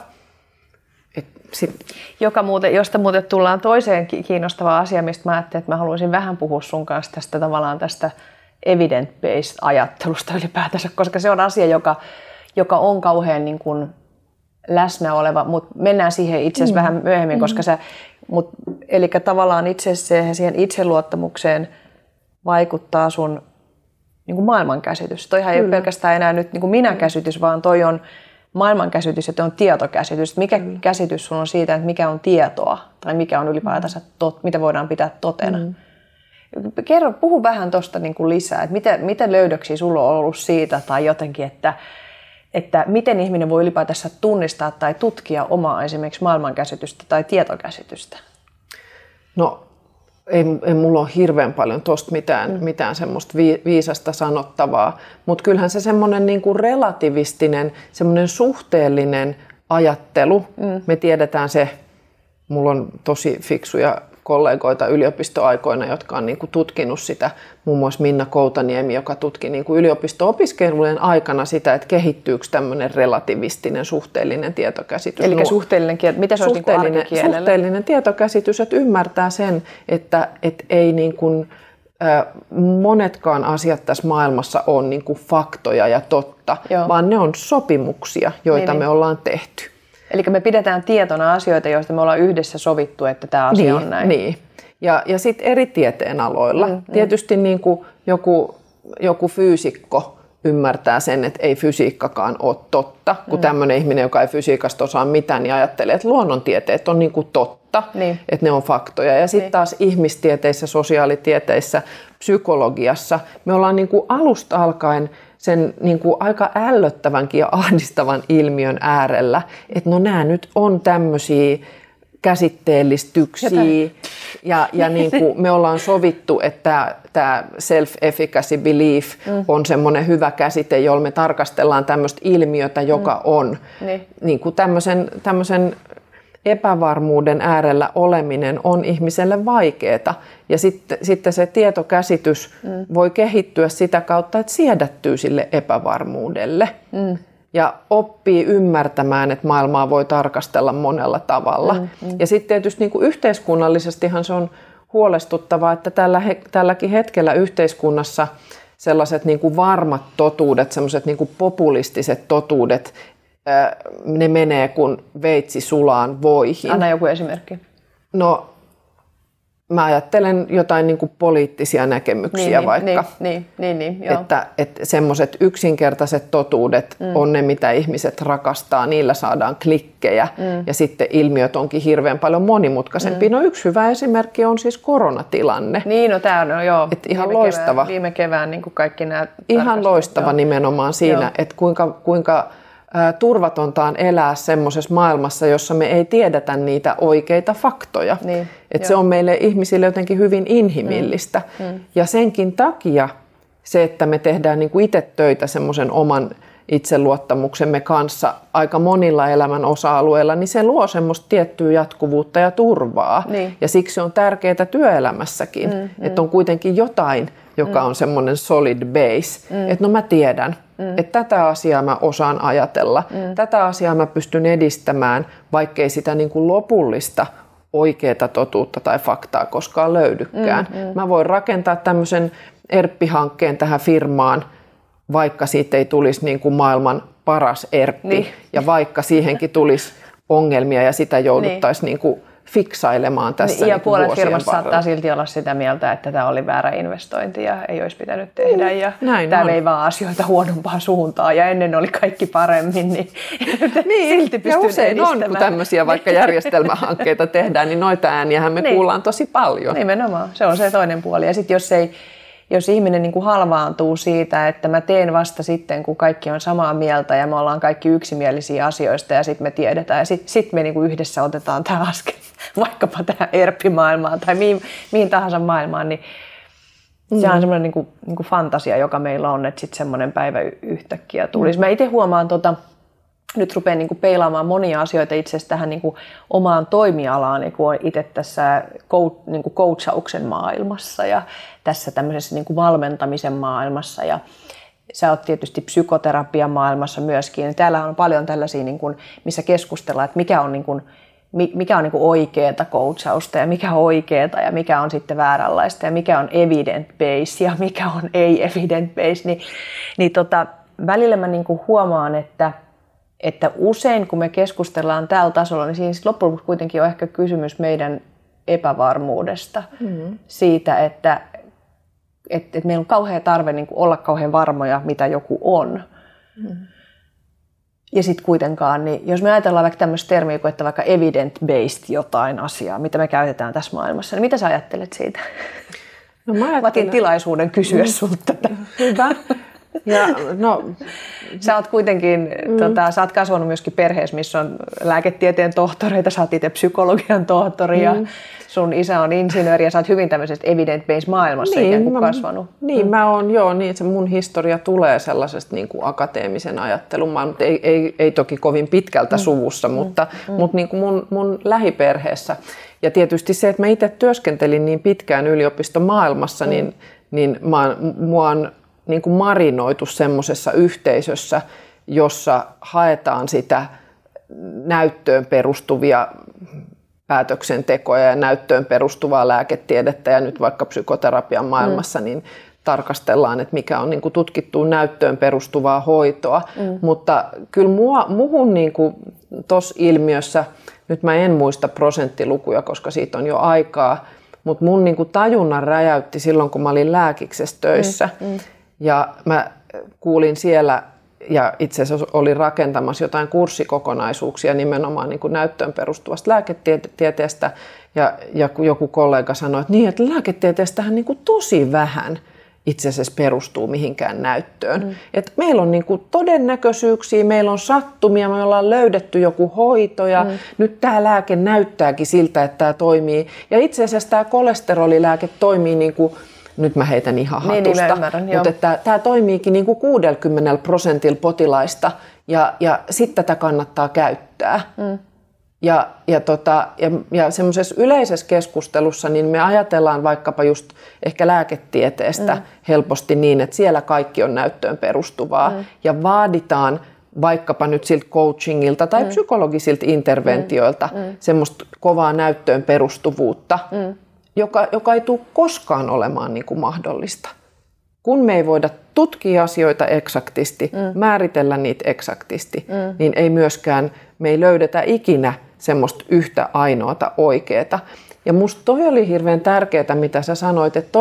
Josta muuten tullaan toiseen kiinnostavaan asiaan, mistä mä ajattelin, että mä haluaisin vähän puhua sun kanssa tästä evidence-based ajattelusta ylipäätänsä, koska se on asia, joka on kauhean niin kuin läsnä oleva, mutta mennään siihen itse asiassa vähän myöhemmin, koska eli tavallaan itse asiassa siihen itseluottamukseen vaikuttaa sun niin kuin maailmankäsitys. Toihan ei ole pelkästään enää nyt niin kuin minäkäsitys, vaan toi on maailmankäsitys ja toi on tietokäsitys. Mikä käsitys sun on siitä, että mikä on tietoa tai mikä on ylipäätänsä mitä voidaan pitää totena. Puhu vähän tuosta niin kuin lisää, että mitä löydöksiä sulla on ollut siitä tai jotenkin, että miten ihminen voi ylipäätänsä tunnistaa tai tutkia omaa esimerkiksi maailmankäsitystä tai tietokäsitystä? No ei mulla ole hirveän paljon tuosta mitään semmoista viisasta sanottavaa, mutta kyllähän se semmoinen niin kuin relativistinen, semmoinen suhteellinen ajattelu, me tiedetään se, mulla on tosi fiksuja kollegoita yliopistoaikoina, jotka on niin kuin tutkinut sitä, muun muassa Minna Koutaniemi, joka tutki niin kuin yliopisto-opiskelujen aikana sitä, että kehittyykö tämmöinen relativistinen suhteellinen tietokäsitys. Eli suhteellinen, mitä se olisi niin arkikielellä? Suhteellinen tietokäsitys, että ymmärtää sen, että ei niin kuin, monetkaan asiat tässä maailmassa on niin kuin faktoja ja totta, vaan ne on sopimuksia, joita me ollaan tehty. Eli me pidetään tietona asioita, joista me ollaan yhdessä sovittu, että tämä asia on näin. Niin. Ja sitten eri tieteenaloilla. Tietysti niin kuin joku fyysikko ymmärtää sen, että ei fysiikkakaan ole totta. Kun tämmöinen ihminen, joka ei fysiikasta osaa mitään, niin ajattelee, että luonnontieteet on niin kuin totta, että ne on faktoja. Ja sitten taas ihmistieteissä, sosiaalitieteissä, psykologiassa me ollaan niin kuin alusta alkaen sen niin kuin aika ällöttävänkin ja ahdistavan ilmiön äärellä, että no nämä nyt on tämmöisiä käsitteellistyksiä ja niin kuin me ollaan sovittu, että tämä self-efficacy belief on semmoinen hyvä käsite, jolla me tarkastellaan tämmöistä ilmiötä, joka on niin kuin tämmöisen epävarmuuden äärellä oleminen on ihmiselle vaikeaa. Ja sitten se tietokäsitys voi kehittyä sitä kautta, että siedättyy sille epävarmuudelle. Ja oppii ymmärtämään, että maailmaa voi tarkastella monella tavalla. Ja sitten tietysti niin kuin yhteiskunnallisestihan se on huolestuttavaa, että tälläkin hetkellä yhteiskunnassa sellaiset niin kuin varmat totuudet, sellaiset niin kuin populistiset totuudet, ne menee kuin veitsi sulaan voihin. Anna joku esimerkki. No, mä ajattelen jotain niin kuin poliittisia näkemyksiä vaikka. Joo. Että semmoiset yksinkertaiset totuudet on ne, mitä ihmiset rakastaa. Niillä saadaan klikkejä ja sitten ilmiöt onkin hirveän paljon monimutkaisempia. No yksi hyvä esimerkki on siis koronatilanne. Niin, no tämä on joo. Ihan loistava. Viime kevään niin kuin kaikki nämä. Ihan loistava nimenomaan siinä, että kuinka turvatonta on elää semmoisessa maailmassa, jossa me ei tiedetä niitä oikeita faktoja. Niin, että se on meille ihmisille jotenkin hyvin inhimillistä. Ja senkin takia se, että me tehdään niin kuin itse töitä semmoisen oman itseluottamuksemme kanssa aika monilla elämän osa-alueilla, niin se luo semmoista tiettyä jatkuvuutta ja turvaa. Niin. Ja siksi on tärkeää työelämässäkin, että on kuitenkin jotain, joka on semmoinen solid base. Että no mä tiedän, että tätä asiaa mä osaan ajatella, tätä asiaa mä pystyn edistämään, vaikkei sitä niin kuin lopullista oikeaa totuutta tai faktaa koskaan löydykään. Mä voin rakentaa tämmöisen ERP-hankkeen tähän firmaan, vaikka siitä ei tulisi niin kuin maailman paras ERP, ja vaikka siihenkin tulisi ongelmia ja sitä jouduttaisiin niin kuin fiksailemaan tässä ja niin puolet vuosien firmasta varrella. saattaa silti olla sitä mieltä, että tämä oli väärä investointi ja ei olisi pitänyt tehdä. Ja tämä vei vaan asioita huonompaan suuntaan ja ennen oli kaikki paremmin, niin silti pystyy ja usein edistämään. on, kun tämmöisiä vaikka järjestelmähankkeita tehdään, niin noita ääniähän me kuullaan tosi paljon. Nimenomaan, se on se toinen puoli. Ja sitten jos ihminen niin kuin halvaantuu siitä, että mä teen vasta sitten, kun kaikki on samaa mieltä ja me ollaan kaikki yksimielisiä asioista ja sitten me tiedetään ja sitten me niin kuin yhdessä otetaan tämä askel vaikkapa tähän ERP-maailmaan tai mihin tahansa maailmaan, niin se on semmoinen niin kuin fantasia, joka meillä on, että sitten semmoinen päivä yhtäkkiä tulisi. Mä itse huomaan, nyt rupean niin kuin peilaamaan monia asioita itse asiassa tähän niin kuin omaan toimialaan, kun olen itse tässä niin kuin coachauksen maailmassa ja tässä tämmöisessä niin kuin valmentamisen maailmassa ja sä oot tietysti psykoterapian maailmassa myöskin. Täällä on paljon tällaisia, niin kuin, missä keskustellaan, että mikä on niin kuin oikeata coachausta ja mikä on oikeata ja mikä on sitten vääränlaista ja mikä on evidence-based ja mikä on ei-evidence-based. Välillä mä niin kuin huomaan, että usein kun me keskustellaan tällä tasolla, niin siinä loppujen lopuksi kuitenkin on ehkä kysymys meidän epävarmuudesta siitä, että meillä on kauhea tarve niin kuin olla kauhean varmoja, mitä joku on. Ja sitten kuitenkaan, niin jos me ajatellaan vaikka tämmöistä termiä kuin, että vaikka evidence-based jotain asiaa, mitä me käytetään tässä maailmassa, niin mitä sä ajattelet siitä? No, mä otin tilaisuuden kysyä sulta tätä. Hyvä. Ja, no, sä oot kuitenkin, sä oot kasvanut myöskin perheessä, missä on lääketieteen tohtoreita, sä oot itse psykologian tohtori ja sun isä on insinööri ja sä oot hyvin tämmöisestä evidence-based maailmassa ikään kuin kasvanut. Niin, mä oon niin se mun historia tulee sellaisesta niin kuin akateemisen ajattelun maailmasta, ei toki kovin pitkältä suvussa, mutta niin kuin mun lähiperheessä. Ja tietysti se, että mä itse työskentelin niin pitkään yliopistomaailmassa, niin mua on niin kuin marinoitu semmoisessa yhteisössä, jossa haetaan sitä näyttöön perustuvia päätöksentekoja ja näyttöön perustuvaa lääketiedettä ja nyt vaikka psykoterapian maailmassa niin tarkastellaan, että mikä on niin kuin tutkittuun näyttöön perustuvaa hoitoa. Mutta kyllä muhun niin kuin tuossa ilmiössä, nyt mä en muista prosenttilukuja, koska siitä on jo aikaa, mutta mun niin kuin tajunnan räjäytti silloin, kun mä olin lääkiksessä töissä. Ja mä kuulin siellä ja itse asiassa olin rakentamassa jotain kurssikokonaisuuksia nimenomaan niin kuin näyttöön perustuvasta lääketieteestä. Ja kun joku kollega sanoi, että niin, että lääketieteestähän niin kuin tosi vähän itse asiassa perustuu mihinkään näyttöön. Että meillä on niin kuin todennäköisyyksiä, meillä on sattumia, me ollaan löydetty joku hoito ja nyt tämä lääke näyttääkin siltä, että tämä toimii. Ja itse asiassa tämä kolesterolilääke toimii niin kuin, nyt mä heitän ihan hatusta, mutta tämä toimiikin niin kuin 60% potilaista ja sitten tätä kannattaa käyttää. Ja semmoisessa yleisessä keskustelussa niin me ajatellaan vaikkapa just ehkä lääketieteestä helposti niin, että siellä kaikki on näyttöön perustuvaa ja vaaditaan vaikkapa nyt siltä coachingilta tai psykologisilta interventioilta semmoista kovaa näyttöön perustuvuutta, joka ei tule koskaan olemaan niin kuin mahdollista. Kun me ei voida tutkia asioita eksaktisti, määritellä niitä eksaktisti, niin ei myöskään me ei löydetä ikinä semmoista yhtä ainoata oikeeta. Ja musta toi oli hirveän tärkeää, mitä sä sanoit, että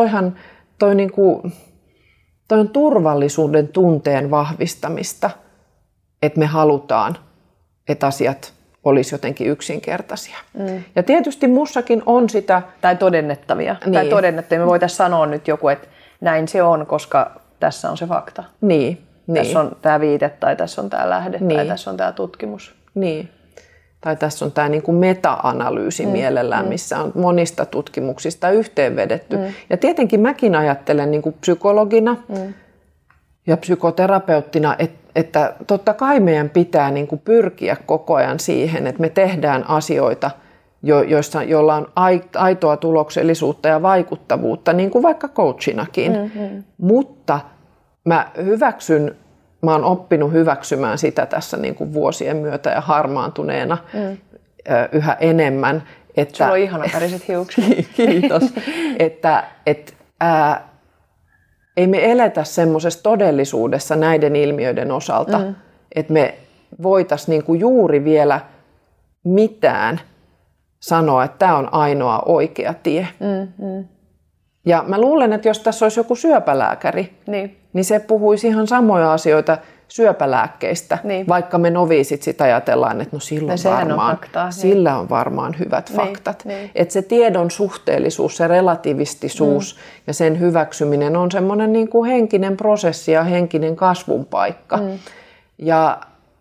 toi on turvallisuuden tunteen vahvistamista, että me halutaan, että asiat olisi jotenkin yksinkertaisia. Ja tietysti mussakin on sitä... Tai todennettavia. Niin. Tai todennettavia. Me voitaisiin sanoa nyt joku, että näin se on, koska tässä on se fakta. Niin. Tässä on tämä viite, tai tässä on tämä lähde, tai tässä on tämä tutkimus. Niin. Tai tässä on tämä niin kuin meta-analyysi mielellään, missä on monista tutkimuksista yhteenvedetty. Ja tietenkin mäkin ajattelen niin kuin psykologina ja psykoterapeuttina, että totta kai meidän pitää niin kuin pyrkiä koko ajan siihen, että me tehdään asioita, joilla on aitoa tuloksellisuutta ja vaikuttavuutta, niin kuin vaikka coachinakin. Mutta mä oon oppinut hyväksymään sitä tässä niin kuin vuosien myötä ja harmaantuneena yhä enemmän. Että, sulla on ihana väriset hiukset. Kiitos. että ei me eletä semmoisessa todellisuudessa näiden ilmiöiden osalta, että me voitaisiin niin kuin juuri vielä mitään sanoa, että tämä on ainoa oikea tie. Ja mä luulen, että jos tässä olisi joku syöpälääkäri, niin se puhuisi ihan samoja asioita syöpälääkkeistä, vaikka me noviisit sitä ajatellaan, että no sillä on varmaan hyvät faktat. Että se tiedon suhteellisuus, se relativistisuus ja sen hyväksyminen on semmoinen niin kuin henkinen prosessi ja henkinen kasvun paikka. Ja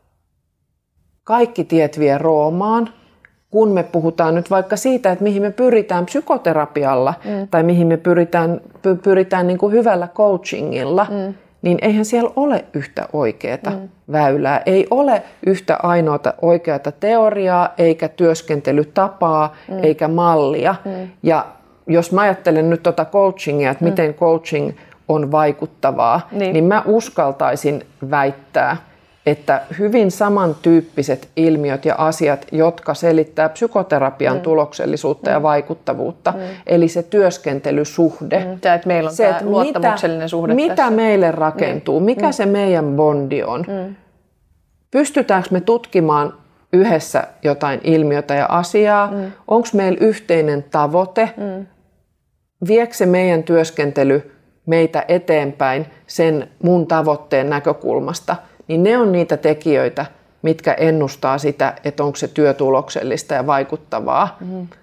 kaikki tiet vie Roomaan. Kun me puhutaan nyt vaikka siitä, että mihin me pyritään psykoterapialla tai mihin me pyritään niin kuin hyvällä coachingilla, niin eihän siellä ole yhtä oikeaa väylää. Ei ole yhtä ainoata oikeata teoriaa, eikä työskentelytapaa, eikä mallia. Ja jos mä ajattelen nyt tuota coachingia, että miten coaching on vaikuttavaa, niin mä uskaltaisin väittää, että hyvin samantyyppiset ilmiöt ja asiat, jotka selittää psykoterapian tuloksellisuutta ja vaikuttavuutta, eli se työskentelysuhde. Että meillä on tämä luottamuksellinen suhde mitä tässä. meille rakentuu, mikä se meidän bondi on. Pystytäänkö me tutkimaan yhdessä jotain ilmiötä ja asiaa? Onko meillä yhteinen tavoite? Viekö se meidän työskentely meitä eteenpäin sen mun tavoitteen näkökulmasta? Niin ne on niitä tekijöitä, mitkä ennustaa sitä, että onko se työ tuloksellista ja vaikuttavaa.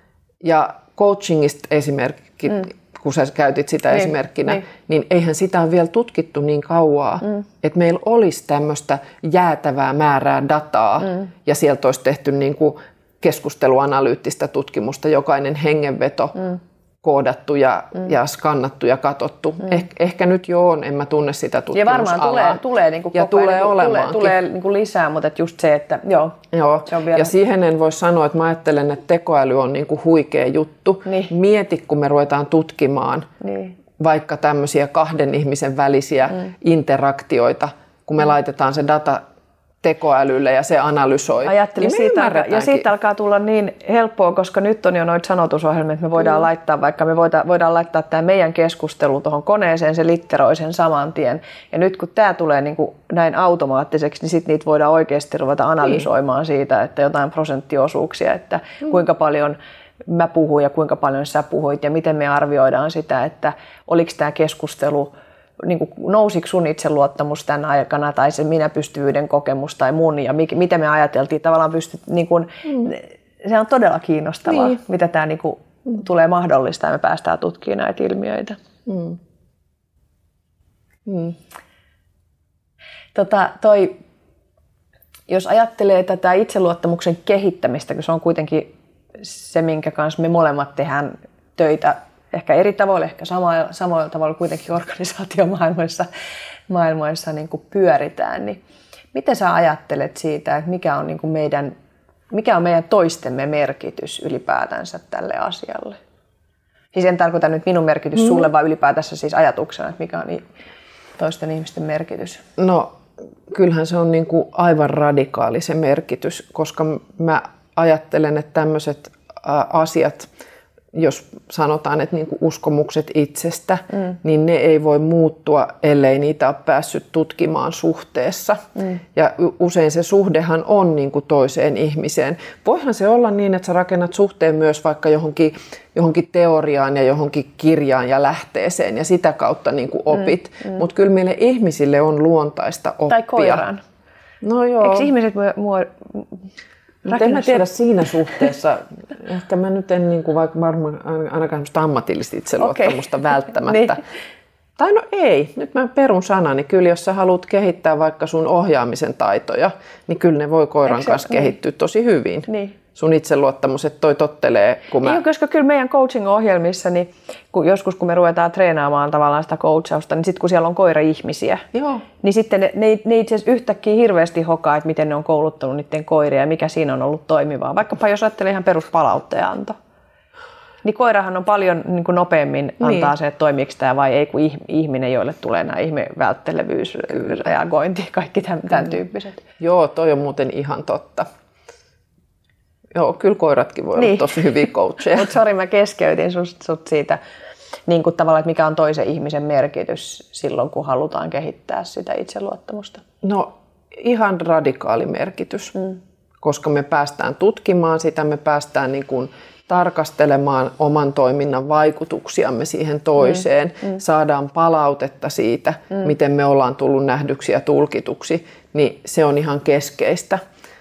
Ja coachingista esimerkiksi, kun sä käytit sitä esimerkkinä, niin eihän sitä ole vielä tutkittu niin kauaa, että meillä olisi tämmöistä jäätävää määrää dataa ja sieltä olisi tehty niin kuin keskusteluanalyyttistä tutkimusta, jokainen hengenveto koodattu ja skannattu ja katsottu. Ehkä nyt jo on, en mä tunne sitä tutkimusalaa. Ja varmaan tulee niin kuin ja koko ajan, tulee niin kuin lisää, mutta just se, että se on vielä... Ja siihen en voi sanoa, että mä ajattelen, että tekoäly on niin kuin huikea juttu. Mieti, kun me ruvetaan tutkimaan vaikka tämmöisiä kahden ihmisen välisiä interaktioita, kun me laitetaan se data tekoälylle ja se analysoi. Ajattelin niin siitä alkaa tulla niin helppoa, koska nyt on jo noita sanotusohjelmia, että me voidaan laittaa, vaikka me voidaan laittaa tämä meidän keskustelu tuohon koneeseen, se litteroi sen saman tien. Ja nyt kun tämä tulee niin kuin näin automaattiseksi, niin sitten niitä voidaan oikeasti ruveta analysoimaan siitä, että jotain prosenttiosuuksia, että kuinka paljon mä puhuin ja kuinka paljon sä puhuit ja miten me arvioidaan sitä, että oliko tämä keskustelu niin kuin, nousiko sun itseluottamus tämän aikana tai se minäpystyvyyden kokemus tai mun ja mitä me ajateltiin. Tavallaan niin kuin, se on todella kiinnostavaa, mitä tämä niin kuin, tulee mahdollista ja me päästään tutkimaan näitä ilmiöitä. Jos ajattelee tätä itseluottamuksen kehittämistä, kun se on kuitenkin se, minkä kanssa me molemmat tehdään töitä, ehkä eri tavoilla, ehkä samoilla tavoilla kuitenkin organisaatiomaailmoissa niin kuin pyöritään. Niin miten sä ajattelet siitä, että mikä on meidän toistemme merkitys ylipäätänsä tälle asialle? Siis en tarkoita nyt minun merkitys sulle, vaan ylipäätänsä siis ajatuksena, että mikä on toisten ihmisten merkitys? No kyllähän se on niin kuin aivan radikaali se merkitys, koska mä ajattelen, että tämmöiset asiat, jos sanotaan, että niin kuin uskomukset itsestä, niin ne ei voi muuttua, ellei niitä ole päässyt tutkimaan suhteessa. Ja usein se suhdehan on niin kuin toiseen ihmiseen. Voihan se olla niin, että sä rakennat suhteen myös vaikka johonkin teoriaan ja johonkin kirjaan ja lähteeseen ja sitä kautta niin kuin opit. Mutta kyllä meille ihmisille on luontaista oppia. Tai koiraan. No joo. Eikö ihmiset mutta en mä tiedä siinä suhteessa, ehkä mä nyt en niin kuin vaikka varmaan ainakaan ammatillista itseluottamusta välttämättä. Niin. Tai no ei, nyt mä perun sanani, kyllä jos sä haluat kehittää vaikka sun ohjaamisen taitoja, niin kyllä ne voi koiran kanssa kehittyä tosi hyvin. Niin. Sun itseluottamus, että toi tottelee. Joo, koska kyllä meidän coaching-ohjelmissa, niin joskus kun me ruvetaan treenaamaan tavallaan sitä coachausta, niin sitten kun siellä on koira-ihmisiä, niin sitten ne itse asiassa yhtäkkiä hirveästi hokaa, että miten ne on kouluttanut niiden koiria ja mikä siinä on ollut toimivaa. Vaikkapa jos ajattelee ihan peruspalautteanto. Niin koirahan on paljon niin kuin nopeammin antaa se, että toimiiko tämä vai ei, kuin ihminen, joille tulee nämä välttelevyys, reagointi, kaikki tämän tyyppiset. Joo, toi on muuten ihan totta. Joo, kyllä koiratkin voi olla tosi hyviä coacheja. Mutta sori, mä keskeytin sut siitä, niin kuin tavallaan, että mikä on toisen ihmisen merkitys silloin, kun halutaan kehittää sitä itseluottamusta. No ihan radikaali merkitys, koska me päästään tutkimaan sitä, me päästään niin kuin tarkastelemaan oman toiminnan vaikutuksiamme siihen toiseen, saadaan palautetta siitä, miten me ollaan tullut nähdyksi ja tulkituksi, niin se on ihan keskeistä.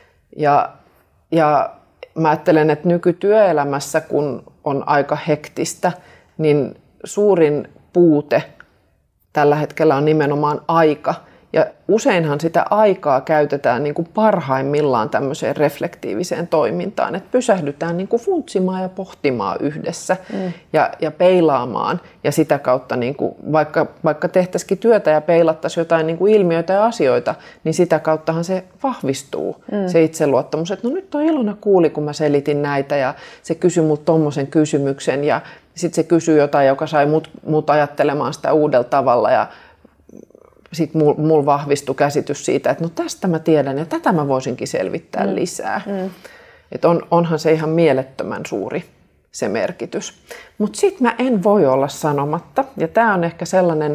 Ja mä ajattelen, että nykytyöelämässä, kun on aika hektistä, niin suurin puute tällä hetkellä on nimenomaan aika. Ja useinhan sitä aikaa käytetään niin kuin parhaimmillaan tämmöiseen reflektiiviseen toimintaan, että pysähdytään niin kuin funtsimaan ja pohtimaan yhdessä ja peilaamaan. Ja sitä kautta, niin kuin, vaikka tehtäisikin työtä ja peilattaisiin jotain niin kuin ilmiöitä ja asioita, niin sitä kauttahan se vahvistuu, se itseluottamus. Että no nyt toi Ilona kuuli, kun mä selitin näitä ja se kysyi multa tommosen kysymyksen ja sitten se kysyi jotain, joka sai mut ajattelemaan sitä uudella tavalla ja sitten mulla vahvistui käsitys siitä, että no tästä mä tiedän ja tätä mä voisinkin selvittää lisää. Että onhan se ihan mielettömän suuri se merkitys. Mutta sitten mä en voi olla sanomatta, ja tämä on ehkä sellainen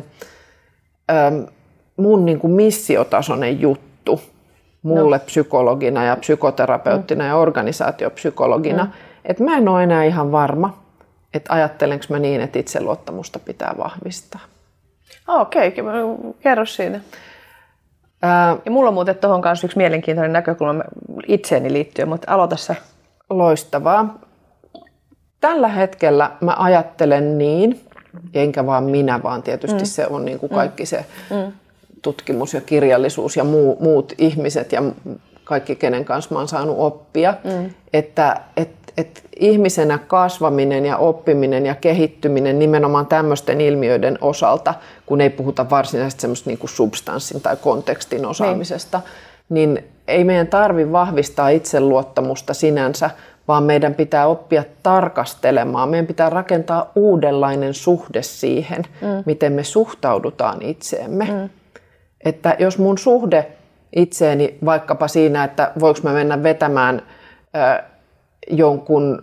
mun niinku missiotasoinen juttu mulle psykologina ja psykoterapeuttina ja organisaatiopsykologina, että mä en ole enää ihan varma, että ajattelenko mä niin, että itseluottamusta pitää vahvistaa. Okei, kerro siinä. Ja mulla on muuten tuohon kanssa yksi mielenkiintoinen näkökulma itseeni liittyen, mutta aloita sä. Loistavaa. Tällä hetkellä mä ajattelen niin, enkä vaan minä, vaan tietysti se on niin kuin kaikki se tutkimus ja kirjallisuus ja muut ihmiset ja kaikki, kenen kanssa mä oon saanut oppia, että ihmisenä kasvaminen ja oppiminen ja kehittyminen nimenomaan tämmöisten ilmiöiden osalta, kun ei puhuta varsinaisesti semmoista niin kuin substanssin tai kontekstin osaamisesta, niin ei meidän tarvitse vahvistaa itseluottamusta sinänsä, vaan meidän pitää oppia tarkastelemaan. Meidän pitää rakentaa uudenlainen suhde siihen, miten me suhtaudutaan itseemme. Että jos mun suhde itseeni vaikkapa siinä, että voiko mä mennä vetämään jonkun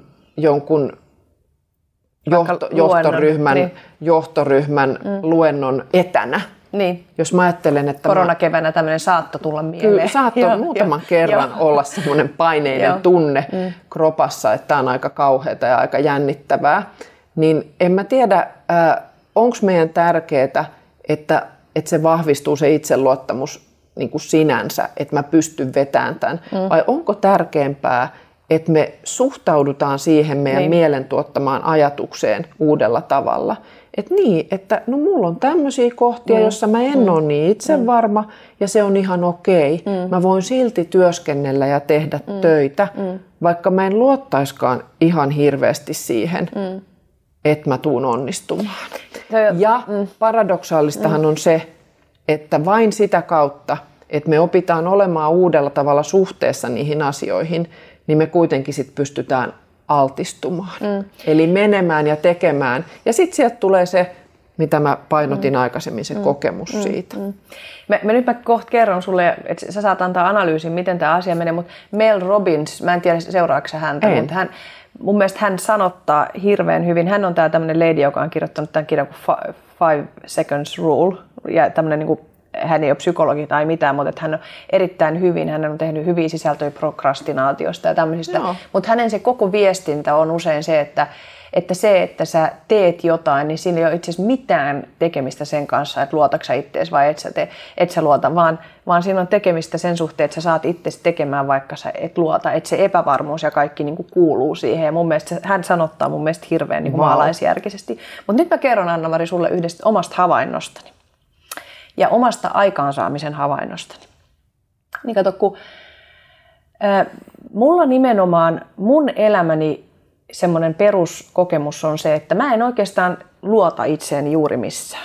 johtoryhmän luennon etänä. Niin. Jos mä ajattelen, että koronakeväänä tämmöinen saattoi tulla mieleen. Kyllä, saattoi muutaman kerran olla semmoinen paineinen tunne kropassa, että tämä on aika kauheata ja aika jännittävää. Niin en mä tiedä, onko meidän tärkeää, että se vahvistuu se itseluottamus niin kuin sinänsä, että mä pystyn vetämään tämän. Vai onko tärkeämpää, että me suhtaudutaan siihen meidän mielen tuottamaan ajatukseen uudella tavalla. Että niin, että no mulla on tämmöisiä kohtia, jossa mä en ole niin itsevarma ja se on ihan okei. Mä voin silti työskennellä ja tehdä töitä, vaikka mä en luottaiskaan ihan hirveästi siihen, että mä tuun onnistumaan. Ja paradoksaalistahan on se, että vain sitä kautta, että me opitaan olemaan uudella tavalla suhteessa niihin asioihin, niin me kuitenkin sit pystytään altistumaan. Eli menemään ja tekemään. Ja sitten sieltä tulee se, mitä mä painotin aikaisemmin, se kokemus siitä. Nyt mä kohta kerron sulle, että sä saat antaa analyysin, miten tämä asia menee, mutta Mel Robbins, mä en tiedä seuraatko sä häntä, mutta mun mielestä hän sanottaa hirveän hyvin. Hän on tämmöinen lady, joka on kirjoittanut tämän kirjan kuin 5 Seconds Rule. Ja tämmöinen, niin kuin, hän ei ole psykologi tai mitään, mutta hän on erittäin hyvin. Hän on tehnyt hyviä sisältöjä prokrastinaatiosta ja tämmöisistä. Mutta hänen se koko viestintä on usein se, että se, että sä teet jotain, niin siinä ei ole itse asiassa mitään tekemistä sen kanssa, että luotatko sä ittees vai et sä luota, vaan siinä on tekemistä sen suhteen, että sä saat itseäsi tekemään, vaikka sä et luota, että se epävarmuus ja kaikki niin kuin kuuluu siihen. Ja mun mielestä hän sanottaa mun mielestä hirveän niin kuin maalaisjärkisesti. Mutta nyt mä kerron, Anna-Mari, sulle yhdestä omasta havainnostani ja omasta aikaansaamisen havainnostani. Niin kato, kun mulla nimenomaan mun elämäni semmoinen peruskokemus on se, että mä en oikeastaan luota itseeni juuri missään.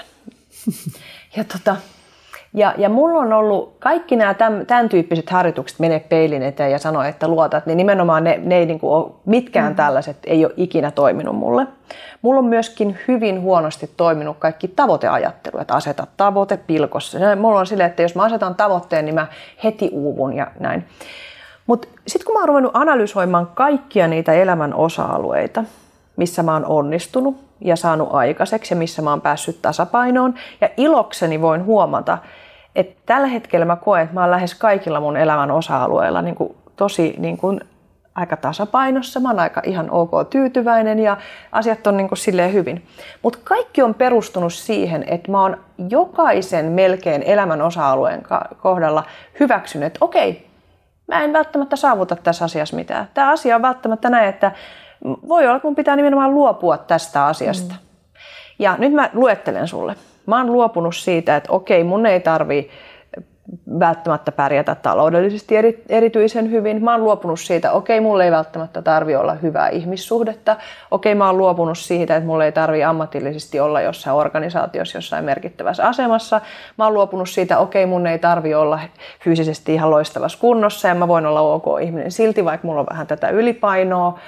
Ja mulla on ollut kaikki nämä tämän tyyppiset harjoitukset, mene peilin eteen ja sano, että luotat, niin nimenomaan ne ei niin kuin ole, mitkään tällaiset ei ole ikinä toiminut mulle. Mulla on myöskin hyvin huonosti toiminut kaikki tavoiteajattelu, että aseta tavoite pilkossa. Mulla on silleen, että jos mä asetan tavoitteen, niin mä heti uuvun ja näin. Mutta sitten kun mä oon ruvennut analysoimaan kaikkia niitä elämän osa-alueita, missä mä oon onnistunut ja saanut aikaiseksi ja missä mä oon päässyt tasapainoon, ja ilokseni voin huomata, että tällä hetkellä mä koen, että mä oon lähes kaikilla mun elämän osa-alueilla niin kuin tosi niin kuin aika tasapainossa, mä oon aika ihan ok tyytyväinen ja asiat on niin kuin silleen hyvin. Mutta kaikki on perustunut siihen, että mä oon jokaisen melkein elämän osa-alueen kohdalla hyväksynyt, että okei, mä en välttämättä saavuta tässä asiassa mitään. Tämä asia on välttämättä näin, että voi olla, että mun pitää nimenomaan luopua tästä asiasta. Ja nyt mä luettelen sulle. Mä oon luopunut siitä, että okei, mun ei tarvii välttämättä pärjätä taloudellisesti erityisen hyvin. Mä oon luopunut siitä, okei, mulla ei välttämättä tarvii olla hyvää ihmissuhdetta. Okei, mä oon luopunut siitä, että mulla ei tarvii ammatillisesti olla jossain organisaatiossa, jossain merkittävässä asemassa. Mä oon luopunut siitä, okei, mun ei tarvii olla fyysisesti ihan loistavassa kunnossa ja mä voin olla ok ihminen silti, vaikka mulla on vähän tätä ylipainoa.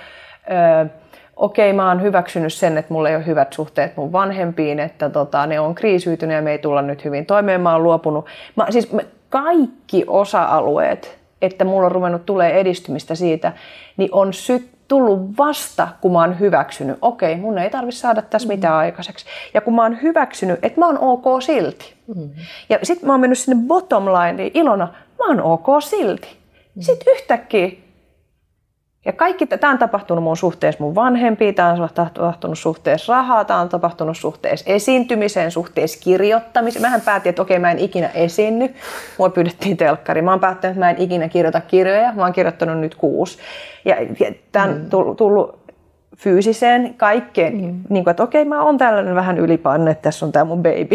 Okei, mä oon hyväksynyt sen, että mulla ei ole hyvät suhteet mun vanhempiin, että ne on kriisiytynyt ja me ei tulla nyt hyvin toimeen. Mä oon luopunut. Siis kaikki osa-alueet, että mulla on ruvennut tulee edistymistä siitä, niin on tullut vasta, kun mä oon hyväksynyt. Okei, mun ei tarvitse saada tässä mitään aikaiseksi. Ja kun mä oon hyväksynyt, että mä oon ok silti. Ja sit mä oon mennyt sinne bottom line, Ilona, mä oon ok silti. Sitten yhtäkkiä. Ja kaikki tämä on tapahtunut mun suhteessa mun vanhempiin, tämä on tapahtunut suhteessa rahaa, tämä on tapahtunut suhteessa esiintymiseen, suhteessa kirjoittamiseen. Mähän päätin, että okei, mä en ikinä esiinny. Mua pyydettiin telkkariin. Mä oon päättänyt, että mä en ikinä kirjoita kirjoja. Mä oon kirjoittanut nyt 6. Ja tämä on tullut fyysiseen kaikkeen. Niin kuin, että okei, mä oon tällainen vähän ylipainoinen, että tässä on tämä mun baby.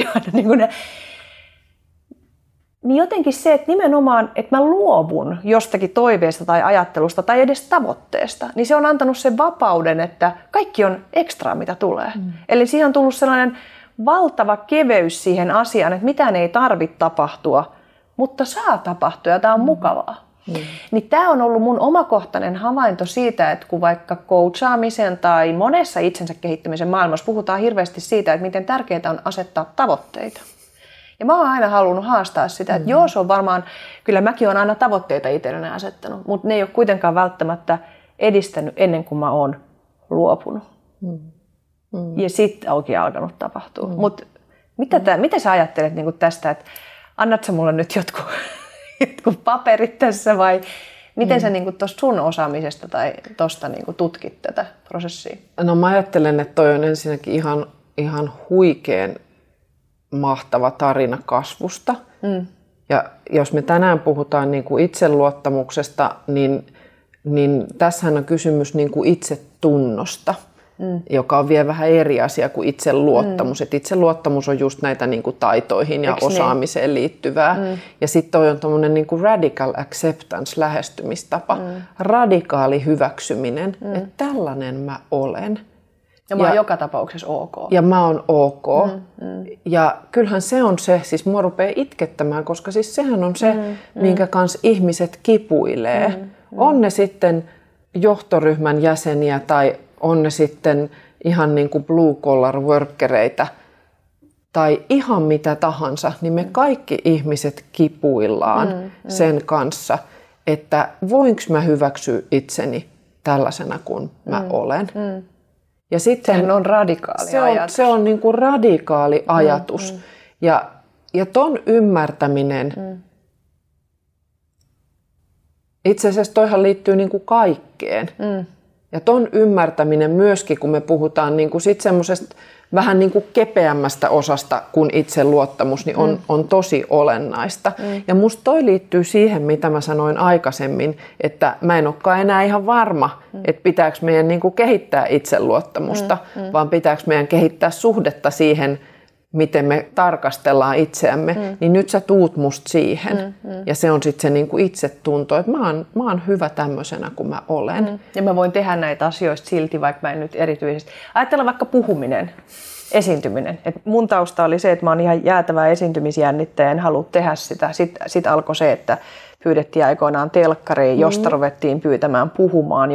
Niin jotenkin se, että nimenomaan, että mä luovun jostakin toiveesta tai ajattelusta tai edes tavoitteesta, niin se on antanut sen vapauden, että kaikki on ekstraa, mitä tulee. Eli siihen on tullut sellainen valtava keveys siihen asiaan, että mitään ei tarvitse tapahtua, mutta saa tapahtua ja tämä on mukavaa. Niin tämä on ollut mun omakohtainen havainto siitä, että kun vaikka coachaamisen tai monessa itsensä kehittämisen maailmassa puhutaan hirveästi siitä, että miten tärkeää on asettaa tavoitteita. Ja mä oon aina halunnut haastaa sitä, että joo, se on varmaan, kyllä mäkin oon aina tavoitteita itselleni asettanut, mutta ne ei ole kuitenkaan välttämättä edistänyt ennen kuin mä oon luopunut. Ja sitten onkin alkanut tapahtua. Mutta mitä sä ajattelet niin tästä, että annat sä mulle nyt jotkut paperit tässä vai miten sä niin tuosta sun osaamisesta tai tuosta niin tutkit tätä prosessia? No mä ajattelen, että toi on ensinnäkin ihan huikean mahtava tarina kasvusta. Ja jos me tänään puhutaan niin kuin itseluottamuksesta, niin tässähän on kysymys niin kuin itsetunnosta, joka on vielä vähän eri asia kuin itseluottamus. Et itseluottamus on just näitä niin kuin taitoihin ja osaamiseen liittyvää. Ja sitten on tommoinen niin kuin radical acceptance lähestymistapa, radikaali hyväksyminen, että tällainen mä olen. Ja mä oon joka tapauksessa ok. Ja mä oon ok. Ja kyllähän se on se, siis mua rupeaa itkettämään, koska siis sehän on se, minkä kanssa ihmiset kipuilee. On ne sitten johtoryhmän jäseniä tai on ne sitten ihan niin kuin blue collar workereita tai ihan mitä tahansa, niin me kaikki ihmiset kipuillaan sen kanssa, että voinko mä hyväksyä itseni tällaisena kuin mä olen. Ja sitten sehän on radikaali ajatus. Se on niin kuin radikaali ajatus. Ja ton ymmärtäminen, itse asiassa toihan liittyy niin kuin kaikkeen. Ja ton ymmärtäminen myöskin, kun me puhutaan niin kuin sit semmoisesta vähän niin kuin kepeämmästä osasta kuin itseluottamus, niin on tosi olennaista. Ja musta toi liittyy siihen, mitä mä sanoin aikaisemmin, että mä en olekaan enää ihan varma, että pitääkö meidän niin kuin kehittää itseluottamusta, vaan pitääkö meidän kehittää suhdetta siihen, miten me tarkastellaan itseämme, niin nyt sä tuut musta siihen. Ja se on sitten se niinku itsetunto, että mä oon hyvä tämmöisenä kuin mä olen. Ja mä voin tehdä näitä asioista silti, vaikka mä en nyt erityisesti. Ajatellaan vaikka puhuminen, esiintyminen. Et mun tausta oli se, että mä oon ihan jäätävä esiintymisjännittäjä, en halua tehdä sitä. Sitten alkoi se, että pyydettiin aikoinaan telkkariin, josta ruvettiin pyytämään puhumaan.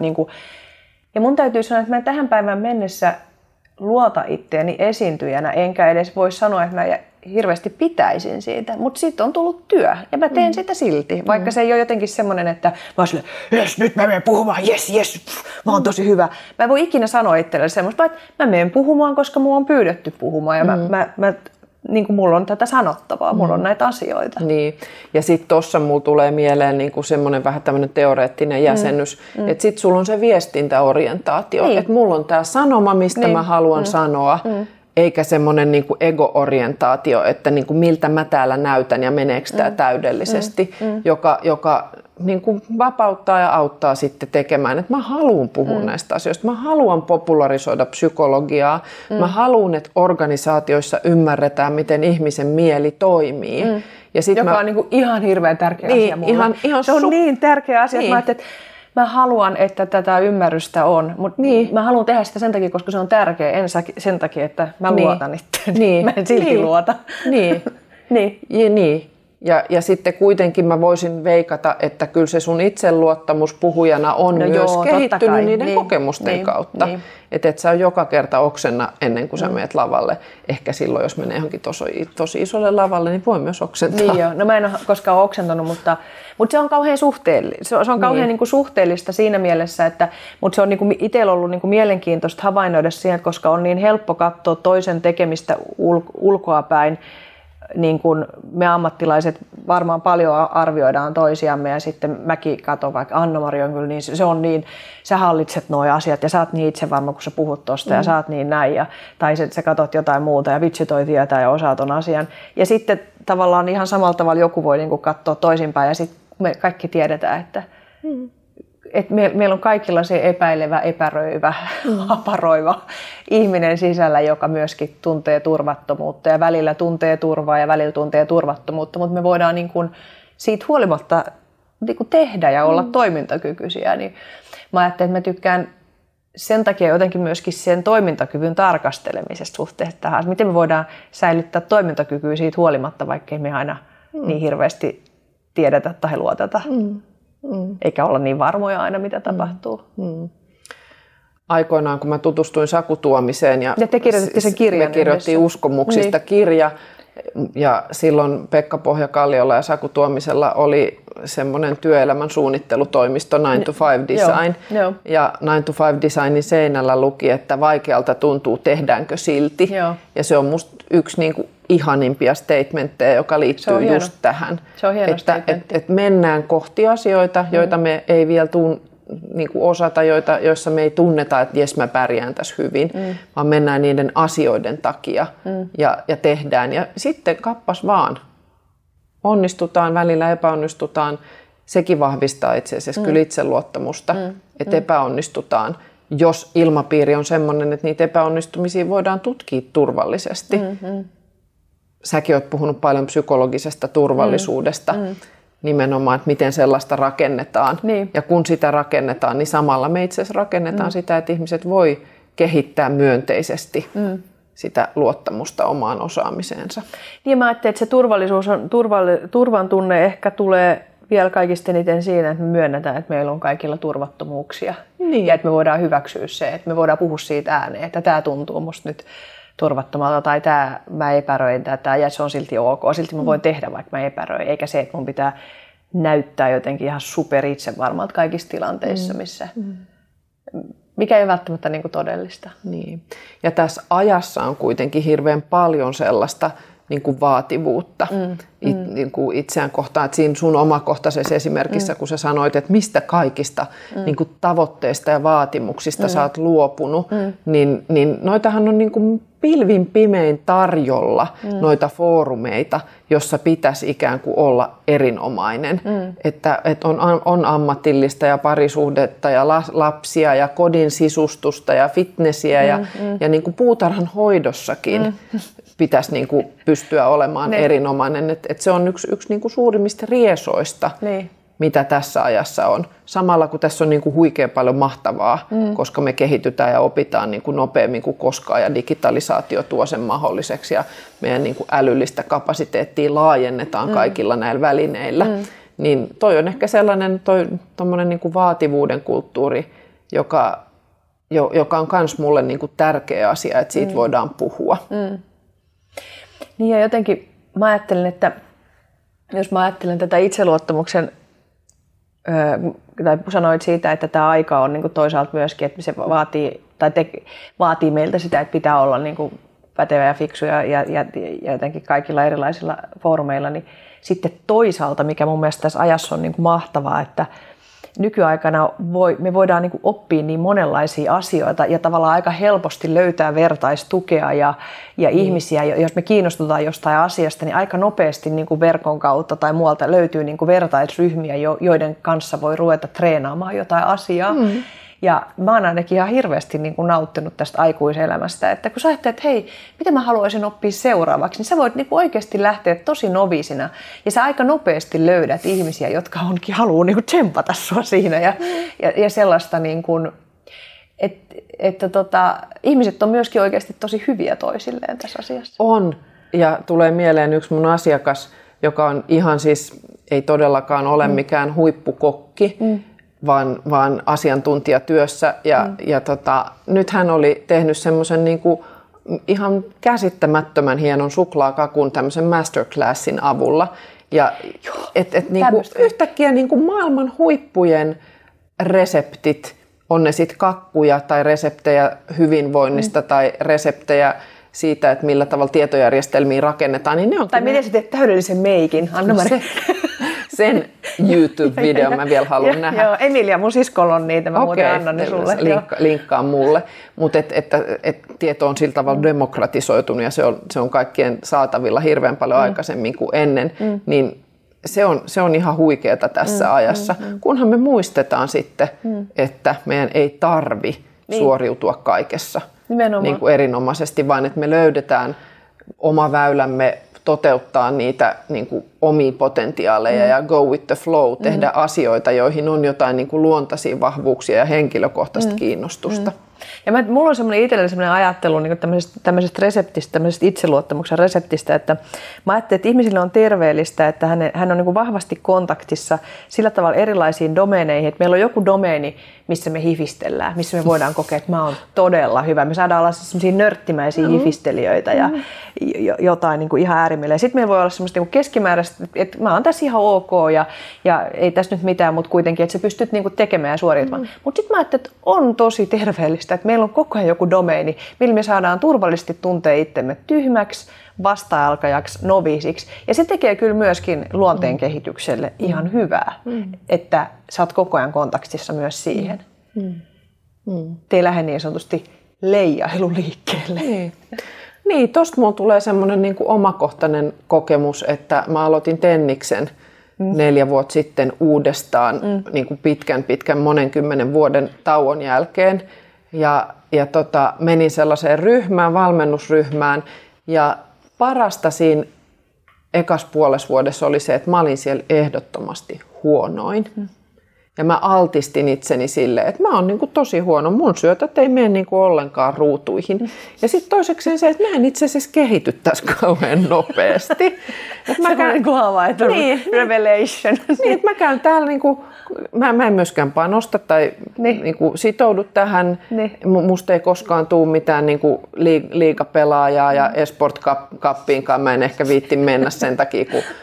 Ja mun täytyy sanoa, että mä tähän päivään mennessä luota itteeni esiintyjänä, enkä edes voi sanoa, että mä hirveästi pitäisin siitä, mutta siitä on tullut työ ja mä teen sitä silti, vaikka se ei ole jotenkin semmoinen, että mä oon silleen, jes, nyt mä menen puhumaan, jes, mä oon tosi hyvä. Mä en voi ikinä sanoa itselleni semmoista, että mä menen puhumaan, koska mua on pyydetty puhumaan ja mä niin kuin mulla on tätä sanottavaa, mulla on näitä asioita. Niin. Ja sitten tuossa mulla tulee mieleen niin kuin semmoinen vähän tämmöinen teoreettinen jäsennys, että sitten sulla on se viestintäorientaatio, että mulla on tämä sanoma, mistä mä haluan sanoa, eikä semmoinen niin kuin ego-orientaatio, että niin kuin miltä mä täällä näytän ja meneekö tämä täydellisesti, joka niin kuin vapauttaa ja auttaa sitten tekemään, että mä haluan puhua näistä asioista, mä haluan popularisoida psykologiaa, mä haluan, että organisaatioissa ymmärretään, miten ihmisen mieli toimii. Ja joka on niin kuin ihan hirveän tärkeä asia mulle. Se on niin tärkeä asia, että mä ajattelin, että mä haluan, että tätä ymmärrystä on, mutta mä haluan tehdä sitä sen takia, koska se on tärkeä, en sen takia, että mä luotan itseäni. Mä en silti luota. Niin. Ja sitten kuitenkin mä voisin veikata, että kyllä se sun itseluottamus puhujana on myös kehittynyt niiden kokemusten kautta. Että et sä on joka kerta oksenna ennen kuin sä menet lavalle. Ehkä silloin, jos menee johonkin tosi isolle lavalle, niin voi myös oksentaa. Niin joo. No mä en ole koskaan oksentanut, mutta se on kauhean suhteellista. Se on kauhean niin kuin suhteellista siinä mielessä, että mutta se on niin kuin itsellä ollut niin kuin mielenkiintoista havainnoida siihen, koska on niin helppo katsoa toisen tekemistä ulkoapäin. Niin kuin me ammattilaiset varmaan paljon arvioidaan toisiamme ja sitten mäkin katson vaikka Anna-Mari on kyllä niin, se on niin, sä hallitset nuo asiat ja sä oot niin itsevarma, kun sä puhut tosta ja sä oot niin näin tai sä katot jotain muuta ja vitsi toi tietää ja osaa ton asian. Ja sitten tavallaan ihan samalla tavalla joku voi niin kuin katsoa toisinpäin ja sitten me kaikki tiedetään, että meillä on kaikilla se epäilevä, epäröivä, aparoiva ihminen sisällä, joka myöskin tuntee turvattomuutta ja välillä tuntee turvaa ja välillä tuntee turvattomuutta, mutta me voidaan niin kuin siitä huolimatta niin kuin tehdä ja olla toimintakykyisiä. Niin mä ajattelin, että mä tykkään sen takia jotenkin myöskin sen toimintakyvyn tarkastelemisesta suhteessa tähän, että miten me voidaan säilyttää toimintakykyä siitä huolimatta, vaikkei me aina niin hirveästi tiedetä tai luoteta. Eikä olla niin varmoja aina, mitä tapahtuu. Aikoinaan, kun mä tutustuin Saku Tuomiseen ja te kirjoititte sen kirjan. Me kirjoittiin uskomuksista kirja. Ja silloin Pekka Pohjakalliolla ja Saku Tuomisella oli semmoinen työelämän suunnittelutoimisto 9 to 5 Design. Ja 9 to 5 Designin seinällä luki, että vaikealta tuntuu, tehdäänkö silti. Ja se on musta yksi niinku ihanimpia statementteja, joka liittyy just tähän. Se on hieno statementti. Että mennään kohti asioita, joita me ei vielä niinku osata, joissa me ei tunneta, että jes mä pärjään tässä hyvin, vaan mennään niiden asioiden takia ja tehdään. Ja sitten kappas vaan. Onnistutaan, välillä epäonnistutaan. Sekin vahvistaa itse asiassa kyllä itseluottamusta, että epäonnistutaan. Jos ilmapiiri on sellainen, että niitä epäonnistumisia voidaan tutkia turvallisesti. Säkin olet puhunut paljon psykologisesta turvallisuudesta. Nimenomaan, että miten sellaista rakennetaan. Ja kun sitä rakennetaan, niin samalla me itse asiassa rakennetaan sitä, että ihmiset voi kehittää myönteisesti sitä luottamusta omaan osaamiseensa. Niin mä ajattelin, että se turvan tunne ehkä tulee vielä kaikista eniten siinä, että me myönnetään, että meillä on kaikilla turvattomuuksia. Ja että me voidaan hyväksyä se, että me voidaan puhua siitä ääneen, että tämä tuntuu musta nyt turvattomalta tai mä epäröin tätä ja se on silti ok. Silti mä voin tehdä, vaikka mä epäröin, eikä se, että mun pitää näyttää jotenkin ihan super itsevarmalta kaikissa tilanteissa, mikä ei välttämättä niin kuin todellista. Niin. Ja tässä ajassa on kuitenkin hirveän paljon sellaista niin kuin vaativuutta niin kuin itseään kohtaan. Et siinä sun omakohtaisessa esimerkissä, kun sä sanoit, että mistä kaikista niin kuin tavoitteista ja vaatimuksista sä oot luopunut, niin noitahan on niin kuin pilvin pimein tarjolla noita foorumeita, jossa pitäisi ikään kuin olla erinomainen. Että on ammatillista ja parisuhdetta ja lapsia ja kodin sisustusta ja fitnessiä ja niin kuin puutarhan hoidossakin pitäisi niin kuin pystyä olemaan erinomainen. Et se on yksi niin kuin suurimmista riesoista, mitä tässä ajassa on. Samalla kun tässä on niin kuin huikean paljon mahtavaa, koska me kehitytään ja opitaan niin kuin nopeammin kuin koskaan ja digitalisaatio tuo sen mahdolliseksi ja meidän niin kuin älyllistä kapasiteettia laajennetaan kaikilla näillä välineillä. Niin toi on ehkä sellainen tommonen niin kuin vaativuuden kulttuuri, joka on myös mulle niin kuin tärkeä asia, että siitä voidaan puhua. Niin ja jotenkin mä ajattelen, että jos mä ajattelen tätä itseluottamuksen, tai sanoit siitä, että tämä aika on niin kuin toisaalta myöskin, että se vaatii meiltä sitä, että pitää olla niin kuin pätevä ja fiksu ja jotenkin kaikilla erilaisilla foorumeilla, niin sitten toisaalta, mikä mun mielestä tässä ajassa on niin kuin mahtavaa, että nykyaikana me voidaan niin kuin oppia niin monenlaisia asioita ja tavallaan aika helposti löytää vertaistukea ja ihmisiä, jos me kiinnostutaan jostain asiasta, niin aika nopeasti niin kuin verkon kautta tai muualta löytyy niin kuin vertaisryhmiä, joiden kanssa voi ruveta treenaamaan jotain asiaa. Ja mä oon ainakin ihan hirveästi niin kuin nauttinut tästä aikuiselämästä, että kun sä ajattelet, että hei, mitä mä haluaisin oppia seuraavaksi, niin sä voit niin kuin oikeasti lähteä tosi noviisina. Ja sä aika nopeasti löydät ihmisiä, jotka haluaa niin kuin tsempata sua siinä ja sellaista, niin kuin, että ihmiset on myöskin oikeasti tosi hyviä toisilleen tässä asiassa. On. Ja tulee mieleen yksi mun asiakas, joka on ihan siis, ei todellakaan ole mikään huippukokki, vaan asiantuntijatyössä. Ja nyt hän oli tehnyt semmoisen niinku ihan käsittämättömän hienon suklaakakun tämmöisen masterclassin avulla. Ja niinku yhtäkkiä niinku maailman huippujen reseptit, on ne sitten kakkuja tai reseptejä hyvinvoinnista tai reseptejä siitä, että millä tavalla tietojärjestelmiä rakennetaan, niin ne on. Tai miten sä teet täydellisen meikin, Anna-Mari. Sen YouTube-videon mä vielä haluan nähdä. Joo, Emilia, mun siskolla on niitä, mä muuten annan ne sulle. Linkkaa mulle. Mutta tieto on sillä tavalla demokratisoitunut ja se on kaikkien saatavilla hirveän paljon aikaisemmin kuin ennen, niin se on ihan huikeeta tässä ajassa. Kunhan me muistetaan sitten, että meidän ei tarvi suoriutua kaikessa niin kuin erinomaisesti, vaan että me löydetään oma väylämme toteuttaa niitä niin kuin omia potentiaaleja ja go with the flow, tehdä asioita, joihin on jotain niin kuin luontaisia vahvuuksia ja henkilökohtaista kiinnostusta. Ja mulla on itselleni sellainen ajattelu niin tämmöisestä reseptistä, tämmöisestä itseluottamuksen reseptistä, että mä ajattelin, että ihmisille on terveellistä, että hän on niin kuin vahvasti kontaktissa sillä tavalla erilaisiin domeeneihin, että meillä on joku domeeni, missä me hifistellään, missä me voidaan kokea, että mä oon todella hyvä. Me saadaan olla sellaisia nörttimäisiä hifistelijöitä ja jotain niin kuin ihan äärimmillä. Ja sitten meillä voi olla semmoista niin kuin keskimääräistä, että mä oon tässä ihan ok ja ei tässä nyt mitään, mutta kuitenkin, että sä pystyt niin kuin tekemään ja suoriutumaan. Mutta sitten mä ajattelin, että on tosi terveellistä, että meillä on koko ajan joku domeeni, millä me saadaan turvallisesti tuntea itsemme tyhmäksi, vasta-alkajaksi, noviisiksi. Ja se tekee kyllä myöskin luonteen kehitykselle ihan hyvää, että sä oot koko ajan kontaktissa myös siihen. Te lähde niin sanotusti leijailu liikkeelle. Niin, tosta mulla tulee semmoinen niin kuin omakohtainen kokemus, että mä aloitin tenniksen 4 vuotta sitten uudestaan niin kuin pitkän monen vuoden tauon jälkeen. Ja menin sellaiseen ryhmään, valmennusryhmään, ja parasta siinä ekas puolessa vuodessa oli se, että mä olin siellä ehdottomasti huonoin. Ja mä altistin itseni silleen, että mä oon niin kuin tosi huono. Mun syötöt ei mene niin kuin ollenkaan ruutuihin. Ja sitten toisekseen se, että mä en itse asiassa kehity tässä kauhean nopeasti. Se on niin kuin havaita, revelation. Niin, että mä käyn täällä, niin kuin, mä en myöskään panosta tai niin kuin sitoudu tähän. Musta ei koskaan tule mitään niin kuin liigapelaajaa ja esport-kappiinkaan. Mä en ehkä viitti mennä sen takia, kun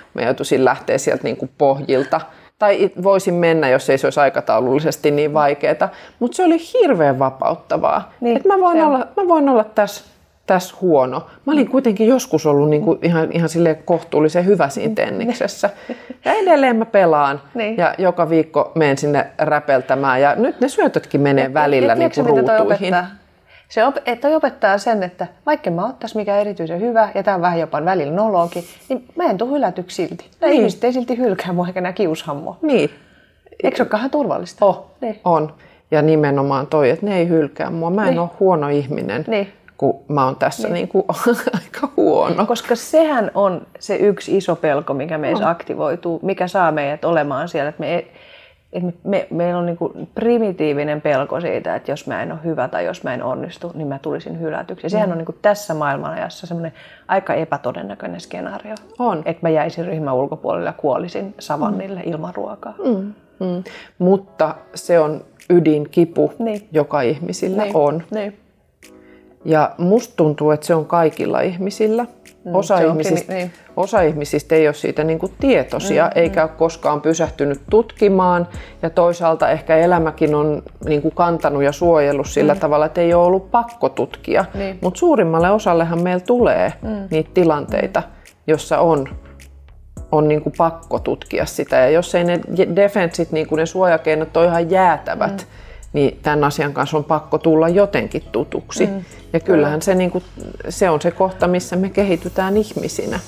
mä joutuisin lähteä sieltä niin kuin pohjilta. Tai voisin mennä, jos ei se olisi aikataulullisesti niin vaikeaa. Mutta se oli hirveän vapauttavaa. Niin, että mä voin olla tässä huono. Mä olin kuitenkin joskus ollut niinku ihan silleen kohtuullisen hyvä siinä tenniksessä. Ja edelleen mä pelaan ja joka viikko menen sinne räpeltämään. Ja nyt ne syötötkin menee välillä niinku ruutuihin. Toi opettaa sen, että vaikka mä ottaisin mikä erityisen hyvä ja tää on vähän jopa välillä noloakin, niin mä en tule hylätyksi silti. Nämä ihmiset ei silti hylkää mua eikä nää kiusaa mua. Niin. Eikö se olekaan turvallista? Niin. On. Ja nimenomaan toi, että ne ei hylkää mua. Mä en ole huono ihminen. Niin. Kun mä oon tässä niinku aika huono. Koska sehän on se yksi iso pelko, mikä meissä aktivoituu, mikä saa meidät olemaan siellä. Että meillä on niinku primitiivinen pelko siitä, että jos mä en ole hyvä tai jos mä en onnistu, niin mä tulisin hylätyksi. Ja sehän on niinku tässä maailmanajassa semmoinen aika epätodennäköinen skenaario. Että mä jäisin ryhmän ulkopuolelle ja kuolisin savannille ilman ruokaa. Mutta se on ydinkipu, joka ihmisillä on. Niin. Ja musta tuntuu, että se on kaikilla ihmisillä. Osa ihmisistä ei ole siitä niinku tietoisia, eikä ole koskaan pysähtynyt tutkimaan. Ja toisaalta ehkä elämäkin on niinku kantanut ja suojellut sillä tavalla, että ei ole ollut pakko tutkia. Mutta suurimmalle osallehan meillä tulee niitä tilanteita, jossa on niinku pakko tutkia sitä. Ja jos ei ne defensit, niinku ne suojakeinot ole ihan jäätävät, niin tämän asian kanssa on pakko tulla jotenkin tutuksi. Ja kyllähän se on se kohta, missä me kehitytään ihmisinä.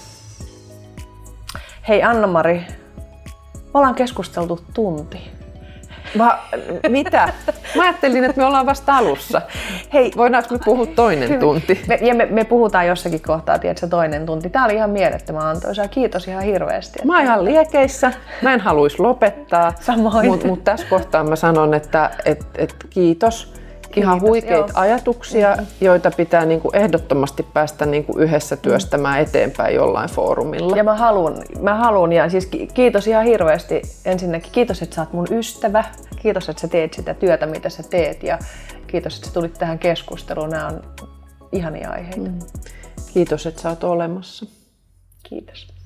Hei Anna-Mari, me ollaan keskusteltu tunti. Mitä? Mä ajattelin, että me ollaan vasta alussa. Hei, voidaanko me puhua toinen tunti? Me puhutaan jossakin kohtaa, tiedätkö, toinen tunti. Tää oli ihan mielettömän antoisaa. Kiitos ihan hirveästi. Mä oon ihan liekeissä. Mä en haluaisi lopettaa. Samoin. Mutta tässä kohtaa mä sanon, että kiitos. Ihan huikeita ajatuksia, joita pitää niinku ehdottomasti päästä niinku yhdessä työstämään eteenpäin jollain foorumilla. Ja mä haluan ja siis kiitos ihan hirveästi ensinnäkin. Kiitos, että sä oot mun ystävä. Kiitos, että sä teet sitä työtä, mitä sä teet. Ja kiitos, että sä tulit tähän keskusteluun. Nämä on ihania aiheita. Kiitos, että sä oot olemassa. Kiitos.